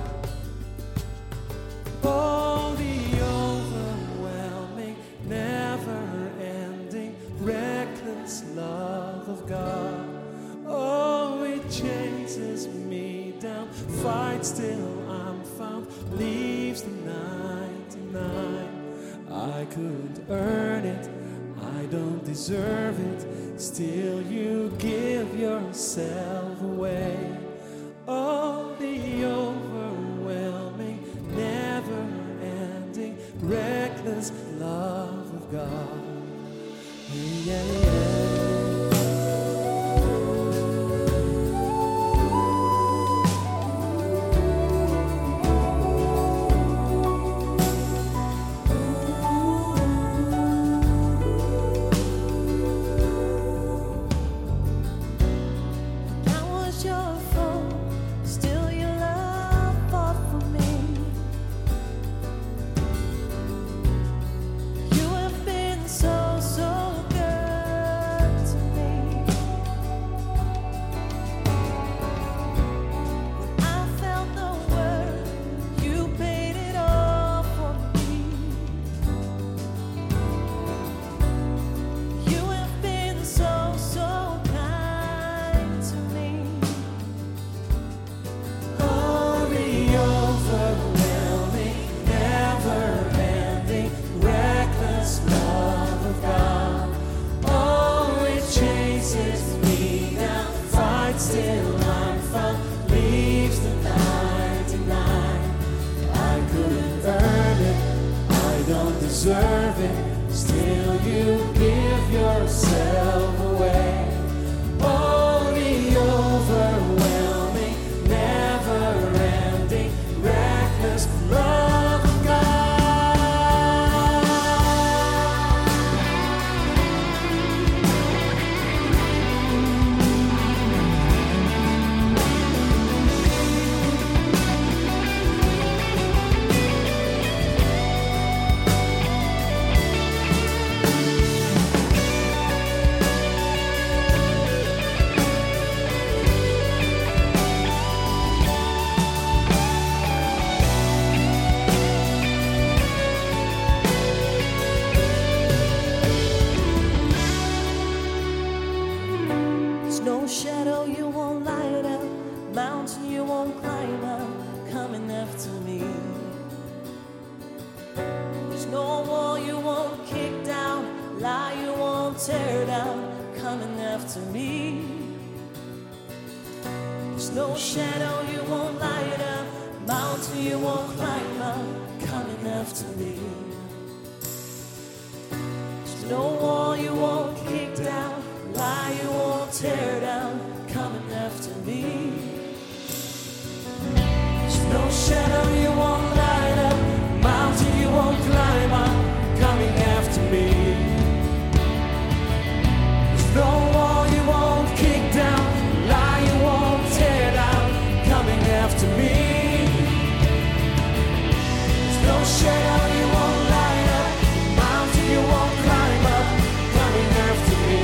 Oh, the overwhelming, never-ending, reckless love of God. Oh, it chases me down, fights till I'm found, leaves the 99. I couldn't earn it, I don't deserve it, still you give yourself away. Oh, the overwhelming, never reckless love of God. Yeah, yeah. Deserve it, still you give yourself away. Oh, the overwhelming, never-ending, reckless love of God. No shadow you won't light up, mountain you won't climb up, coming after me. There's no wall you won't kick down, lie you won't tear down, coming after me. There's no shadow you won't light up, mountain you won't climb up, coming after me. There's no wall you won't kick down, lie you won't tear down, coming after me. There's no shadow you won't light up, mountain you won't climb up, coming after me. There's no wall you won't kick down, lie you won't tear down, coming after me. There's no shadow you won't light up, mountain you won't climb up, coming after me.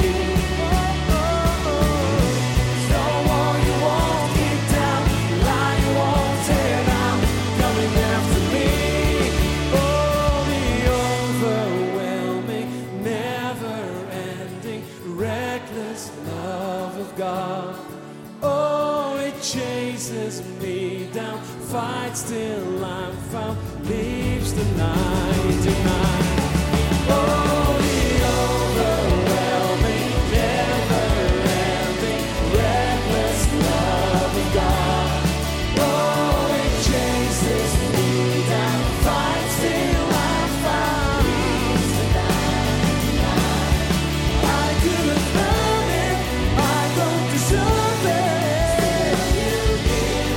God, oh, it chases me down, fights till I'm found, leaves the 99. Oh, the overwhelming, never-ending, reckless love of God. Oh, it chases me down, fights till I'm found, leaves the 99. I couldn't earn it, I don't deserve it. You give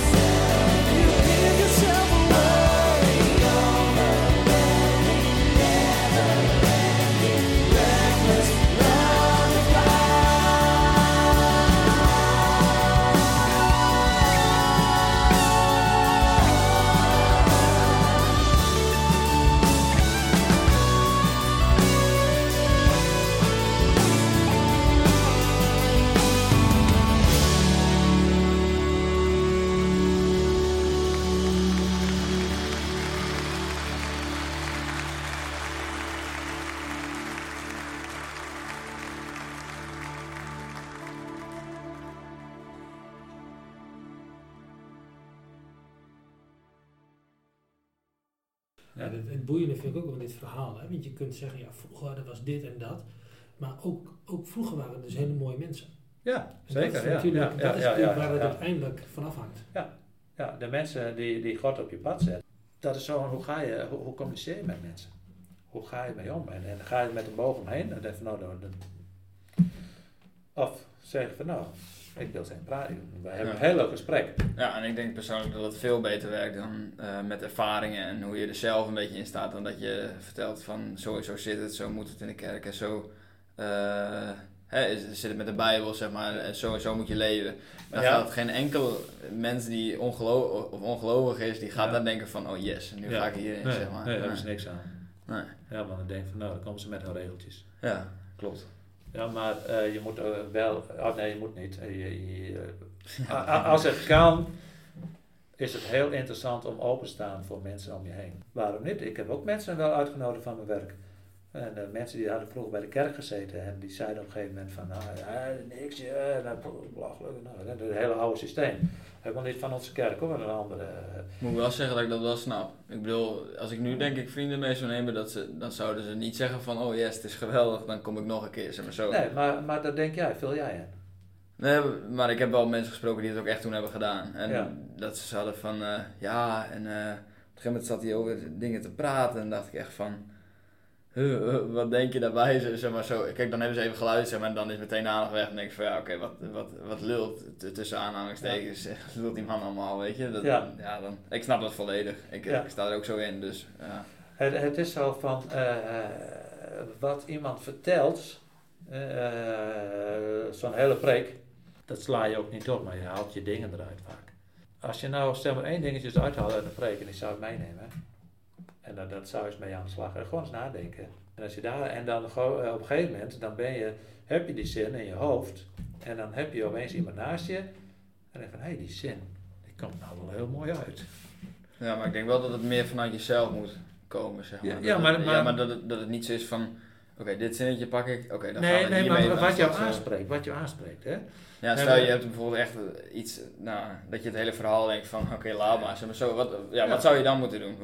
yourself away. Overwhelming, never-ending, reckless love of God. Ja, het boeiende vind ik ook van dit verhaal. Hè? Want je kunt zeggen, ja, vroeger was dit en dat. Maar ook vroeger waren er dus hele mooie mensen. Ja, En zeker. Dat is natuurlijk, waar het ja. uiteindelijk van afhangt. Ja, de mensen die God op je pad zet. dat is zo, hoe communiceer je met mensen? Hoe ga je mee om? En ga je met een boog omheen en denk van of zeg van ik wil zijn praten. Wij hebben een heel leuk gesprek. Ja, en ik denk persoonlijk dat het veel beter werkt dan met ervaringen en hoe je er zelf een beetje in staat, dan dat je vertelt van sowieso zit het, zo moet het in de kerk en zo zit het met de Bijbel, zeg maar, en sowieso moet je leven. Dan gaat geen enkel mens die ongelovig is, die gaat dan denken van, oh yes, nu ga ik hierin, zeg maar. Nee, daar hebben ze niks aan. Nee. Ja, maar dan denk je van, dan komen ze met hun regeltjes. Ja, klopt. Ja, maar je moet wel... nee, je moet niet. Als het kan, is het heel interessant om open te staan voor mensen om je heen. Waarom niet? Ik heb ook mensen wel uitgenodigd van mijn werk. En mensen die hadden vroeger bij de kerk gezeten en die zeiden op een gegeven moment van, niks, belachelijk. Het hele oude systeem. Helemaal niet van onze kerk hoor, maar een andere. Moet ik wel zeggen dat ik dat wel snap. Ik bedoel, als ik nu denk ik vrienden mee zou nemen, dan zouden ze niet zeggen van, oh yes, het is geweldig, dan kom ik nog een keer, zeg maar zo. Nee, maar dat denk jij, vul jij in. Nee, maar ik heb wel mensen gesproken die het ook echt toen hebben gedaan. En dat ze hadden van, op een gegeven moment zat hij over dingen te praten en dacht ik echt van, wat denk je daarbij, zeg maar zo. Kijk, dan hebben ze even geluisterd, zeg maar, en dan is meteen de aandacht weg en denk ik van, ja, oké, wat lult, tussen aanhalingstekens, lult die man allemaal, weet je. Dan, ik snap dat volledig. Ik sta er ook zo in, dus ja. Het is zo van, wat iemand vertelt, zo'n hele preek, dat sla je ook niet op, maar je haalt je dingen eruit vaak. Als je nou, stel maar 1 dingetje eruit haalt uit een preek en die zou je meenemen, en dat zou je eens mee aan de slag gaan, gewoon eens nadenken. En als je dan op een gegeven moment, dan heb je die zin in je hoofd, en dan heb je opeens iemand naast je, en dan denk je van, die zin, die komt nou wel heel mooi uit. Ja, maar ik denk wel dat het meer vanuit jezelf moet komen, zeg maar. Maar dat het niet zo is van, oké, dit zinnetje pak ik, oké, dan gaan we hiermee. Nee, maar wat jou aanspreekt, hè. Ja, stel je hebt bijvoorbeeld echt iets, dat je het hele verhaal denkt van, oké, laat maar, zeg maar zo, wat zou je dan moeten doen?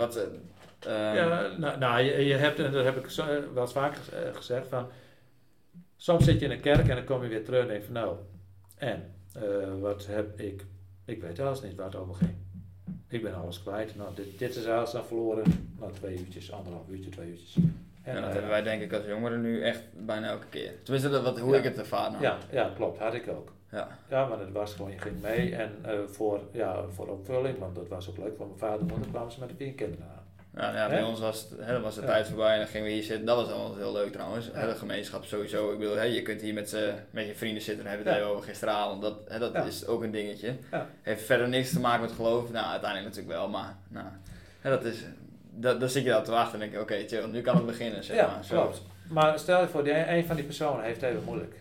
Je hebt, en dat heb ik wel eens vaker gezegd, van, soms zit je in een kerk en dan kom je weer terug en denk van, wat heb ik weet alles niet waar het over ging. Ik ben alles kwijt, dit is alles dan verloren, 2 uurtjes, 1,5 uurtje, 2 uurtjes. En dat hebben wij denk ik als jongeren nu echt bijna elke keer. Tenminste, hoe ik het ervaar nou. Ja, klopt, had ik ook. Ja, maar het was gewoon, je ging mee en voor opvulling, want dat was ook leuk, voor mijn vader en moeder kwamen ze met de 4 kinderen aan. Ja, bij ons was de tijd voorbij en dan gingen we hier zitten. Dat was allemaal heel leuk trouwens. De gemeenschap sowieso. Ik bedoel, je kunt hier met je vrienden zitten en hebben het over gisteravond. Dat is ook een dingetje. Ja. Heeft verder niks te maken met geloof. Nou, uiteindelijk natuurlijk wel, maar dat is... Dan zit je daar te wachten en denk je, oké, chill, nu kan het beginnen, zeg maar. Zo. Klopt. Maar stel je voor, een van die personen heeft het even moeilijk.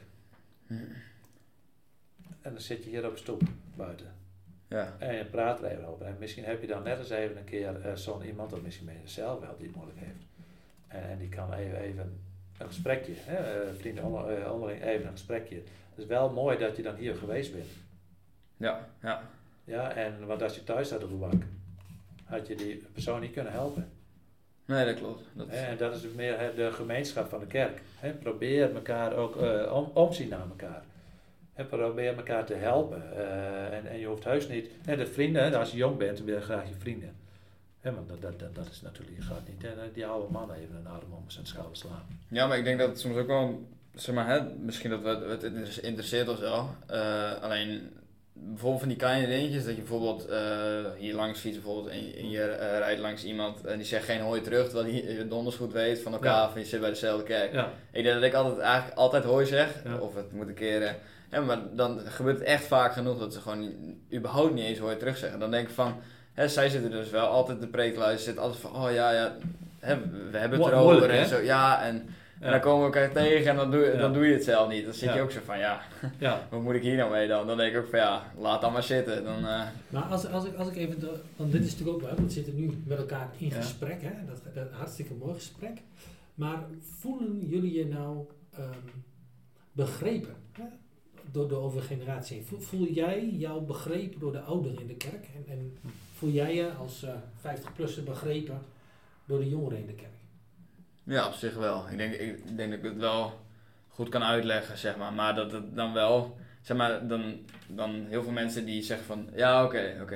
En dan zit je hier op een stoep buiten. Ja. En je praat er even over. En misschien heb je dan net eens even een keer zo'n iemand, of misschien ben je zelf wel, die het moeilijk heeft. En die kan even een gesprekje, vrienden onderling even een gesprekje. Het is wel mooi dat je dan hier geweest bent. Ja. Ja, want als je thuis zat op de bank, had je die persoon niet kunnen helpen. Nee, dat klopt. En dat is meer de gemeenschap van de kerk. Probeer elkaar ook omzien naar elkaar. Probeer elkaar te helpen. En je hoeft heus niet... de vrienden, als je jong bent, dan wil je graag je vrienden. Want dat is natuurlijk... Je gaat niet die oude man even een arm om zijn schouder slaan. Ja, maar ik denk dat het soms ook wel... Zeg maar, misschien dat het interesseert ons wel. Alleen... Bijvoorbeeld van die kleine dingetjes, dat je bijvoorbeeld hier langs fietst bijvoorbeeld en je rijdt langs iemand en die zegt geen hoi terug, terwijl hij donders goed weet van elkaar of je zit bij dezelfde kerk. Ja. Ik denk dat ik altijd hoi zeg, of het moet een keer, maar dan gebeurt het echt vaak genoeg dat ze gewoon überhaupt niet eens hoi terug zeggen. Dan denk ik van, zij zitten dus wel altijd de preek luisteren, zitten altijd van, we hebben het erover en zo, en dan komen we elkaar tegen en dan doe je het zelf niet. Dan zit je ook zo van, wat moet ik hier nou mee dan? Dan denk ik ook van, laat dan maar zitten. Dan, Maar als ik even, want dit is natuurlijk ook wel, we zitten nu met elkaar in gesprek, hè? Dat hartstikke mooi gesprek. Maar voelen jullie je nou begrepen, hè? Door de overgeneratie? Voel jij jou begrepen door de ouderen in de kerk? En voel jij je als 50-plusser begrepen door de jongeren in de kerk? Ja, op zich wel. Ik denk dat ik het wel goed kan uitleggen, zeg maar. Maar dat het dan wel, zeg maar, dan heel veel mensen die zeggen van, oké.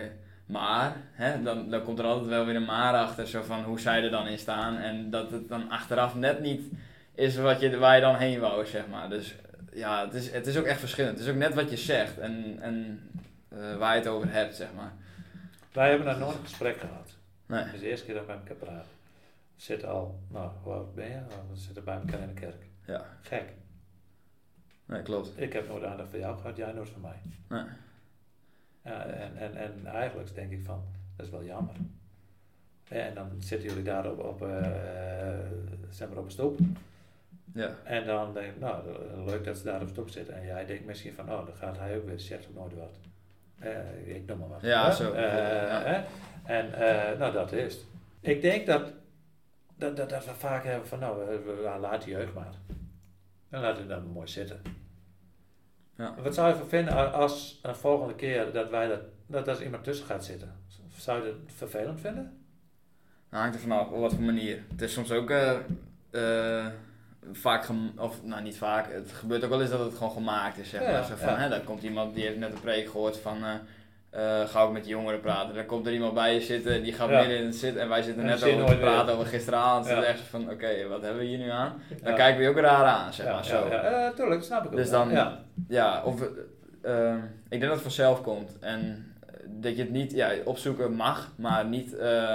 Maar, dan komt er altijd wel weer een maar achter, zo van hoe zij er dan in staan. En dat het dan achteraf net niet is waar je dan heen wou, zeg maar. Dus ja, het is ook echt verschillend. Het is ook net wat je zegt en waar je het over hebt, zeg maar. Wij hebben daar nooit een gesprek gehad. Nee. Het is de eerste keer dat we met elkaar praten. We zitten al, hoe oud ben je? We zitten bij elkaar in de kerk. Ja. Gek. Nee, klopt. Ik heb nooit aandacht voor jou gehad, jij nooit voor mij. Nee. Ja, en eigenlijk denk ik van, dat is wel jammer. En dan zitten jullie daar op een stoep. Ja. En dan denk ik, nou, leuk dat ze daar op de stoep zitten. En jij denkt misschien van, dan gaat hij ook weer, zegt ook nooit wat. Ik noem maar wat. Ja, zo. En dat is het. Ik denk dat we vaak hebben van, laat die jeugd maar. En laat het dan mooi zitten. Ja. Wat zou je ervan vinden als een volgende keer dat er iemand tussen gaat zitten? Zou je het vervelend vinden? Nou, hangt er vanaf op wat voor manier. Het is soms ook vaak, niet vaak, het gebeurt ook wel eens dat het gewoon gemaakt is, zeg maar. Zo van, dan komt iemand die heeft net een preek gehoord van, ga ook met de jongeren praten. Dan komt er iemand bij je zitten, die gaat midden in het zitten en wij zitten net over te praten over gisteravond. Dan zeg je van, oké, wat hebben we hier nu aan? Dan kijken we je ook raar aan, zeg maar. Zo. Tuurlijk, snap ik ook. Dus dan, ik denk dat het vanzelf komt. En dat je het niet, opzoeken mag, maar niet,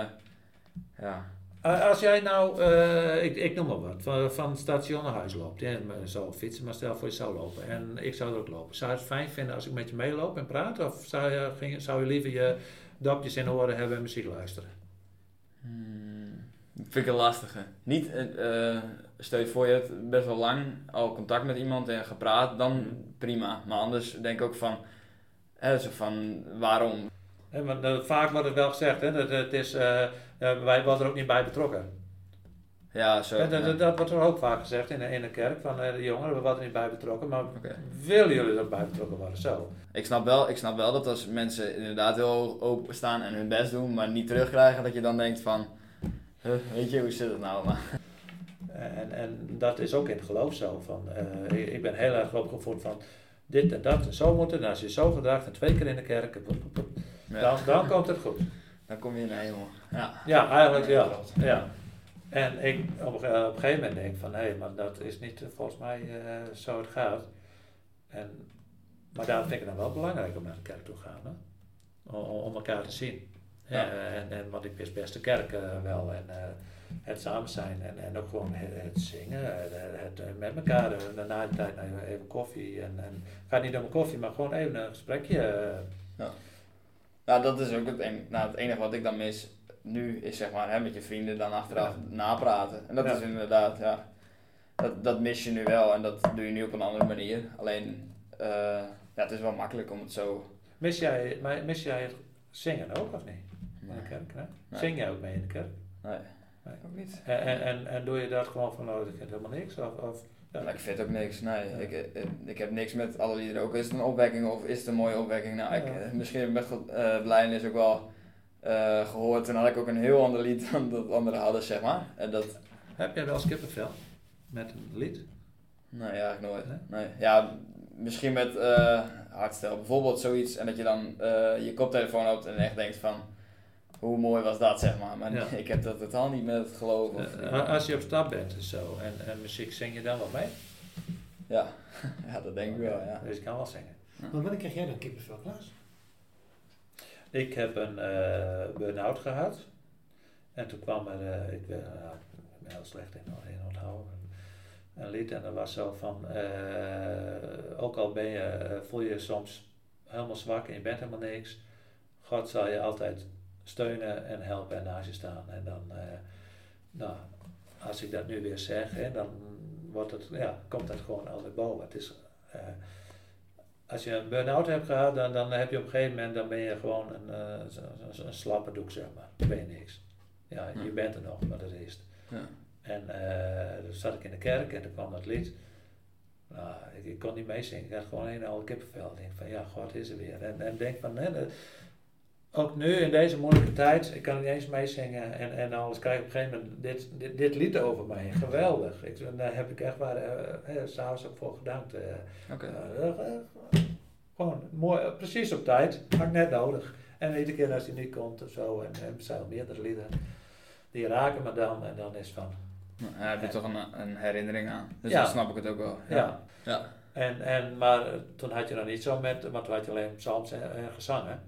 Als jij nou, ik noem maar wat, van station naar huis loopt. Je zou fietsen, maar stel voor je zou lopen. En ik zou er ook lopen. Zou je het fijn vinden als ik met je meeloop en praat? Of zou je liever je dopjes in de oren hebben en muziek luisteren? Vind ik een lastige. Niet, stel je voor je hebt best wel lang al contact met iemand en gepraat, dan prima. Maar anders denk ik ook van, zo van waarom? Want vaak wordt het wel gezegd, hè, dat het is, wij worden er ook niet bij betrokken. Ja, zo. Dat wordt er ook vaak gezegd in de kerk, van de jongeren, we worden er niet bij betrokken, maar willen jullie er ook bij betrokken worden? Zo. Ik snap wel dat als mensen inderdaad heel open staan en hun best doen, maar niet terugkrijgen, dat je dan denkt van, weet je, hoe zit het nou? Maar. En dat is ook in het geloof zo. Van, ik ben heel erg opgevoed van dit en dat en zo moeten. En als je zo gedraagt en 2 keer in de kerk, dan komt het goed. Dan kom je in de hemel. Ja, eigenlijk wel. Ja. En ik op een gegeven moment denk van, maar dat is niet volgens mij zo het gaat. Maar daarom vind ik het dan wel belangrijk om naar de kerk toe te gaan. Hè? Om elkaar te zien. Ja. Want ik wist best de kerk wel. En het samen zijn en ook gewoon het zingen, het met elkaar, na de tijd even koffie. En gaat niet om een koffie, maar gewoon even een gesprekje. Nou, dat is ook het enige wat ik dan mis nu, is zeg maar met je vrienden dan achteraf napraten. En dat is inderdaad, dat mis je nu wel en dat doe je nu op een andere manier. Alleen, het is wel makkelijk om het zo... Mis jij het zingen ook, of niet? In de kerk, hè? Nee. Zing jij ook mee in de kerk? Nee, ook niet. En doe je dat gewoon van, ik vind helemaal niks? Nou, ik vind ook niks, nee. Ik heb niks met alle liederen. Ook is het een opwekking of is het een mooie opwekking? Nou, misschien heb ik met Blijdenis ook wel gehoord. Toen had ik ook een heel ander lied dan dat anderen hadden, zeg maar. En dat... Heb jij wel eens kippenvel met een lied? Nee, eigenlijk nooit. Nee. Ja, misschien met hardstel. Bijvoorbeeld zoiets en dat je dan je koptelefoon hebt en echt denkt van... Hoe mooi was dat, zeg maar. Maar ik heb dat totaal niet met het geloof. Als je op stap bent en zo, en muziek, zing je dan wel mee? Ja, dat denk ik wel, ja. Dus ik kan wel zingen. Maar wanneer krijg jij dan kippenvel, Klaas? Ik heb een burn-out gehad. En toen kwam er, ik ben heel slecht in onthouden, een lied. En dat was zo van, ook al voel je soms helemaal zwak en je bent helemaal niks. God zal je altijd steunen en helpen en naast je staan. En dan, als ik dat nu weer zeg, dan komt dat gewoon altijd boven. Het is, als je een burn-out hebt gehad, dan heb je op een gegeven moment, dan ben je gewoon een slappe doek, zeg maar. Dan ben je niks. Ja, je bent er nog, maar dat is het. Ja. En toen zat ik in de kerk en toen kwam dat lied. Nou, ik kon niet meezingen. Ik had gewoon een oude kippenvel. Ik denk van, God is er weer. En denk van, ook nu in deze moeilijke tijd, ik kan niet eens meezingen en alles krijg ik op een gegeven moment dit lied over mij. Geweldig. Daar heb ik echt s'avonds ook voor gedankt. Okay. Gewoon mooi, precies op tijd. Had ik net nodig. En iedere keer als hij nu komt of zo, en er zijn al meerdere liederen, die raken me dan en dan is het van... Nou, daar heb je toch een herinnering aan. Dus Ja. dan snap ik het ook wel. Ja. Ja. Maar toen had je nog niet zo want toen had je alleen psalms en gezang, hè?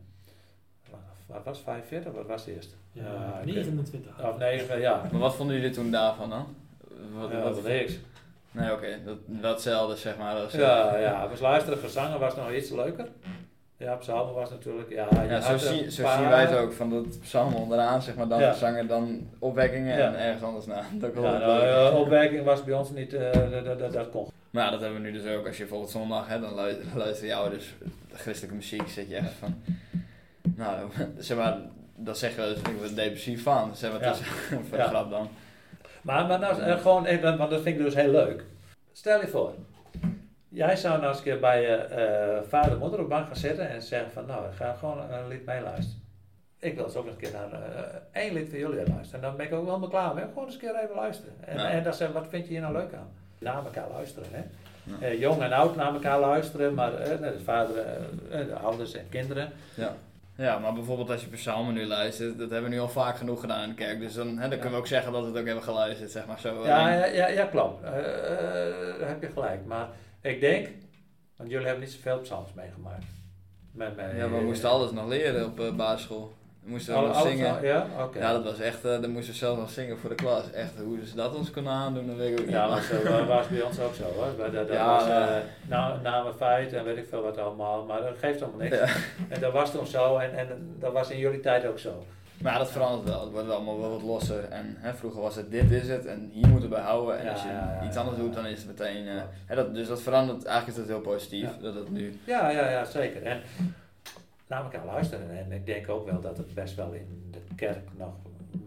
Wat was 45? Wat was de eerste? Ja, ik weet- 29. Of 9, ja. Maar wat vonden jullie toen daarvan dan? Wat niks. Nee, oké. Dat hetzelfde zeg maar. Als, Ja, was luisteren, gezangen was nog iets leuker. Ja, psalmen was natuurlijk, Ja, je zo had zien paar- wij het ook, van dat psalmen onderaan, zeg maar, dan Ja. gezangen, dan opwekkingen Ja. en ergens anders na. Dat Ja, klopt. opwerking was bij ons niet, dat kon. Maar ja, dat hebben we nu dus ook. Als je bijvoorbeeld zondag, hè, dan luister je ouders christelijke muziek, zit je echt van, nou, zeg maar, dat zeg je wel eens, ik word depressief van, zeg maar, Ja. het is voor de Ja. grap dan. Maar nou, gewoon even, want dat vind ik dus heel leuk. Stel je voor, jij zou nou eens een keer bij je vader en moeder op de bank gaan zitten en zeggen van, nou, ik ga gewoon een lied meeluisteren. Ik wil eens ook nog een keer naar één lied van jullie luisteren. En dan ben ik ook wel maar klaar mee. Gewoon eens een keer even luisteren. En, Ja. en dan zeggen, wat vind je hier nou leuk aan? Naar elkaar luisteren, hè. Ja. Jong en oud naar elkaar luisteren, maar de vader, de ouders en kinderen. Ja. Ja, maar bijvoorbeeld als je psalmen nu luistert, dat hebben we nu al vaak genoeg gedaan in de kerk, dus dan kunnen we ook zeggen dat we het ook hebben geluisterd, zeg maar zo. Ja, klopt. Daar heb je gelijk. Maar ik denk, want jullie hebben niet zoveel psalms meegemaakt. Ja, we moesten alles nog leren op basisschool. We moesten ook nog zingen. Ja, oké. Ja, dat was echt, dan moesten we zelf nog zingen voor de klas. Echt, hoe ze dat ons konden aandoen, dat weet ik ook niet. Ja, maar zo was bij ons ook zo hoor. Dat was namen feit en weet ik veel wat allemaal, maar dat geeft allemaal niks. Ja. En dat was toen zo en dat was in jullie tijd ook zo. Maar ja, dat verandert wel. Het wordt allemaal wel wat losser. En vroeger was het dit is het en hier moeten we bij houden. En als je iets anders doet, dan is het meteen... dus dat verandert, eigenlijk is dat heel positief. Ja. Dat het nu... Ja, zeker. En naar elkaar luisteren. En ik denk ook wel dat het best wel in de kerk nog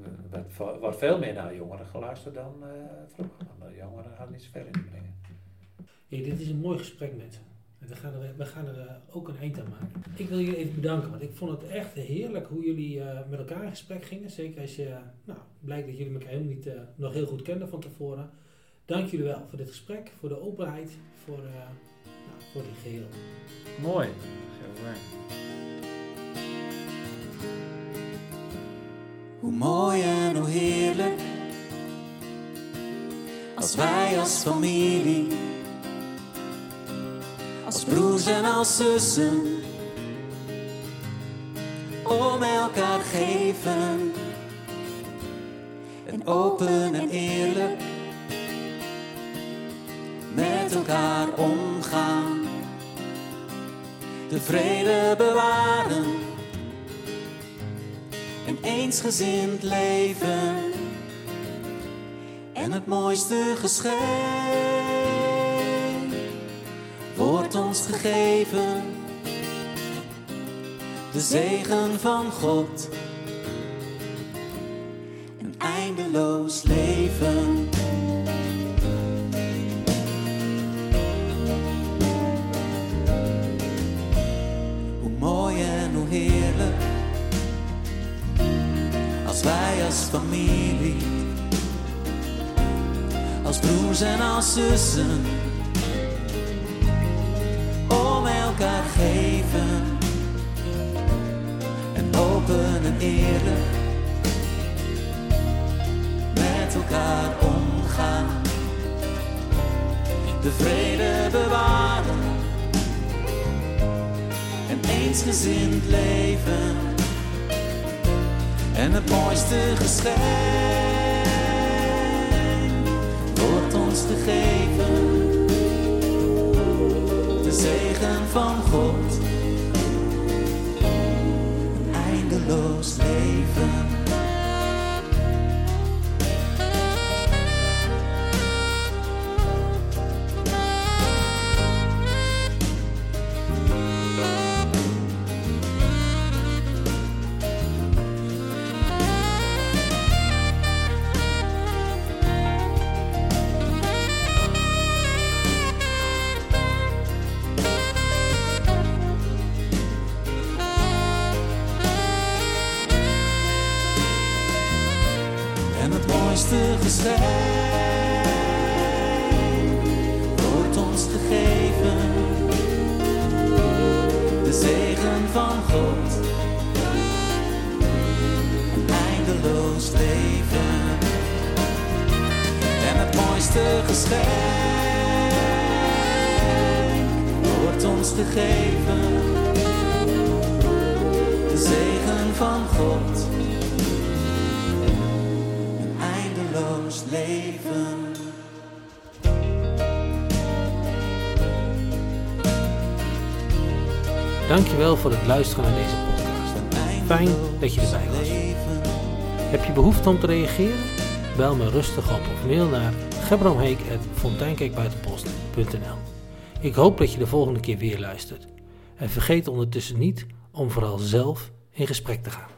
wordt veel meer naar jongeren geluisterd dan vroeger. Want de jongeren hadden niet zoveel in te brengen. Hey, dit is een mooi gesprek, mensen. En we gaan er ook een eind aan maken. Ik wil jullie even bedanken, want ik vond het echt heerlijk hoe jullie met elkaar in gesprek gingen. Zeker als je, blijkt dat jullie elkaar helemaal niet nog heel goed kenden van tevoren. Dank jullie wel voor dit gesprek, voor de openheid, voor dit geheel. Mooi. Hoe mooi en hoe heerlijk, als wij als familie, als broers en als zussen, om elkaar geven en open en eerlijk met elkaar omgaan, de vrede bewaren en eensgezind leven. En het mooiste geschenk wordt ons gegeven, de zegen van God, een eindeloos leven. Hoe mooi en hoe heerlijk, als wij als familie, als broers en als zussen, om elkaar geven en open en eerlijk met elkaar omgaan, de vrede bewaren en eensgezind leven. En het mooiste geschenk wordt ons gegeven, de zegen van God, een eindeloos leven. mooiste geschenk wordt ons gegeven. De zegen van God, een eindeloos leven. Dankjewel voor het luisteren naar deze podcast. Fijn dat je erbij was. Heb je behoefte om te reageren? Bel me rustig op of mail naar gebramheek@fonteinkerkbuitenpost.nl. Ik hoop dat je de volgende keer weer luistert. En vergeet ondertussen niet om vooral zelf in gesprek te gaan.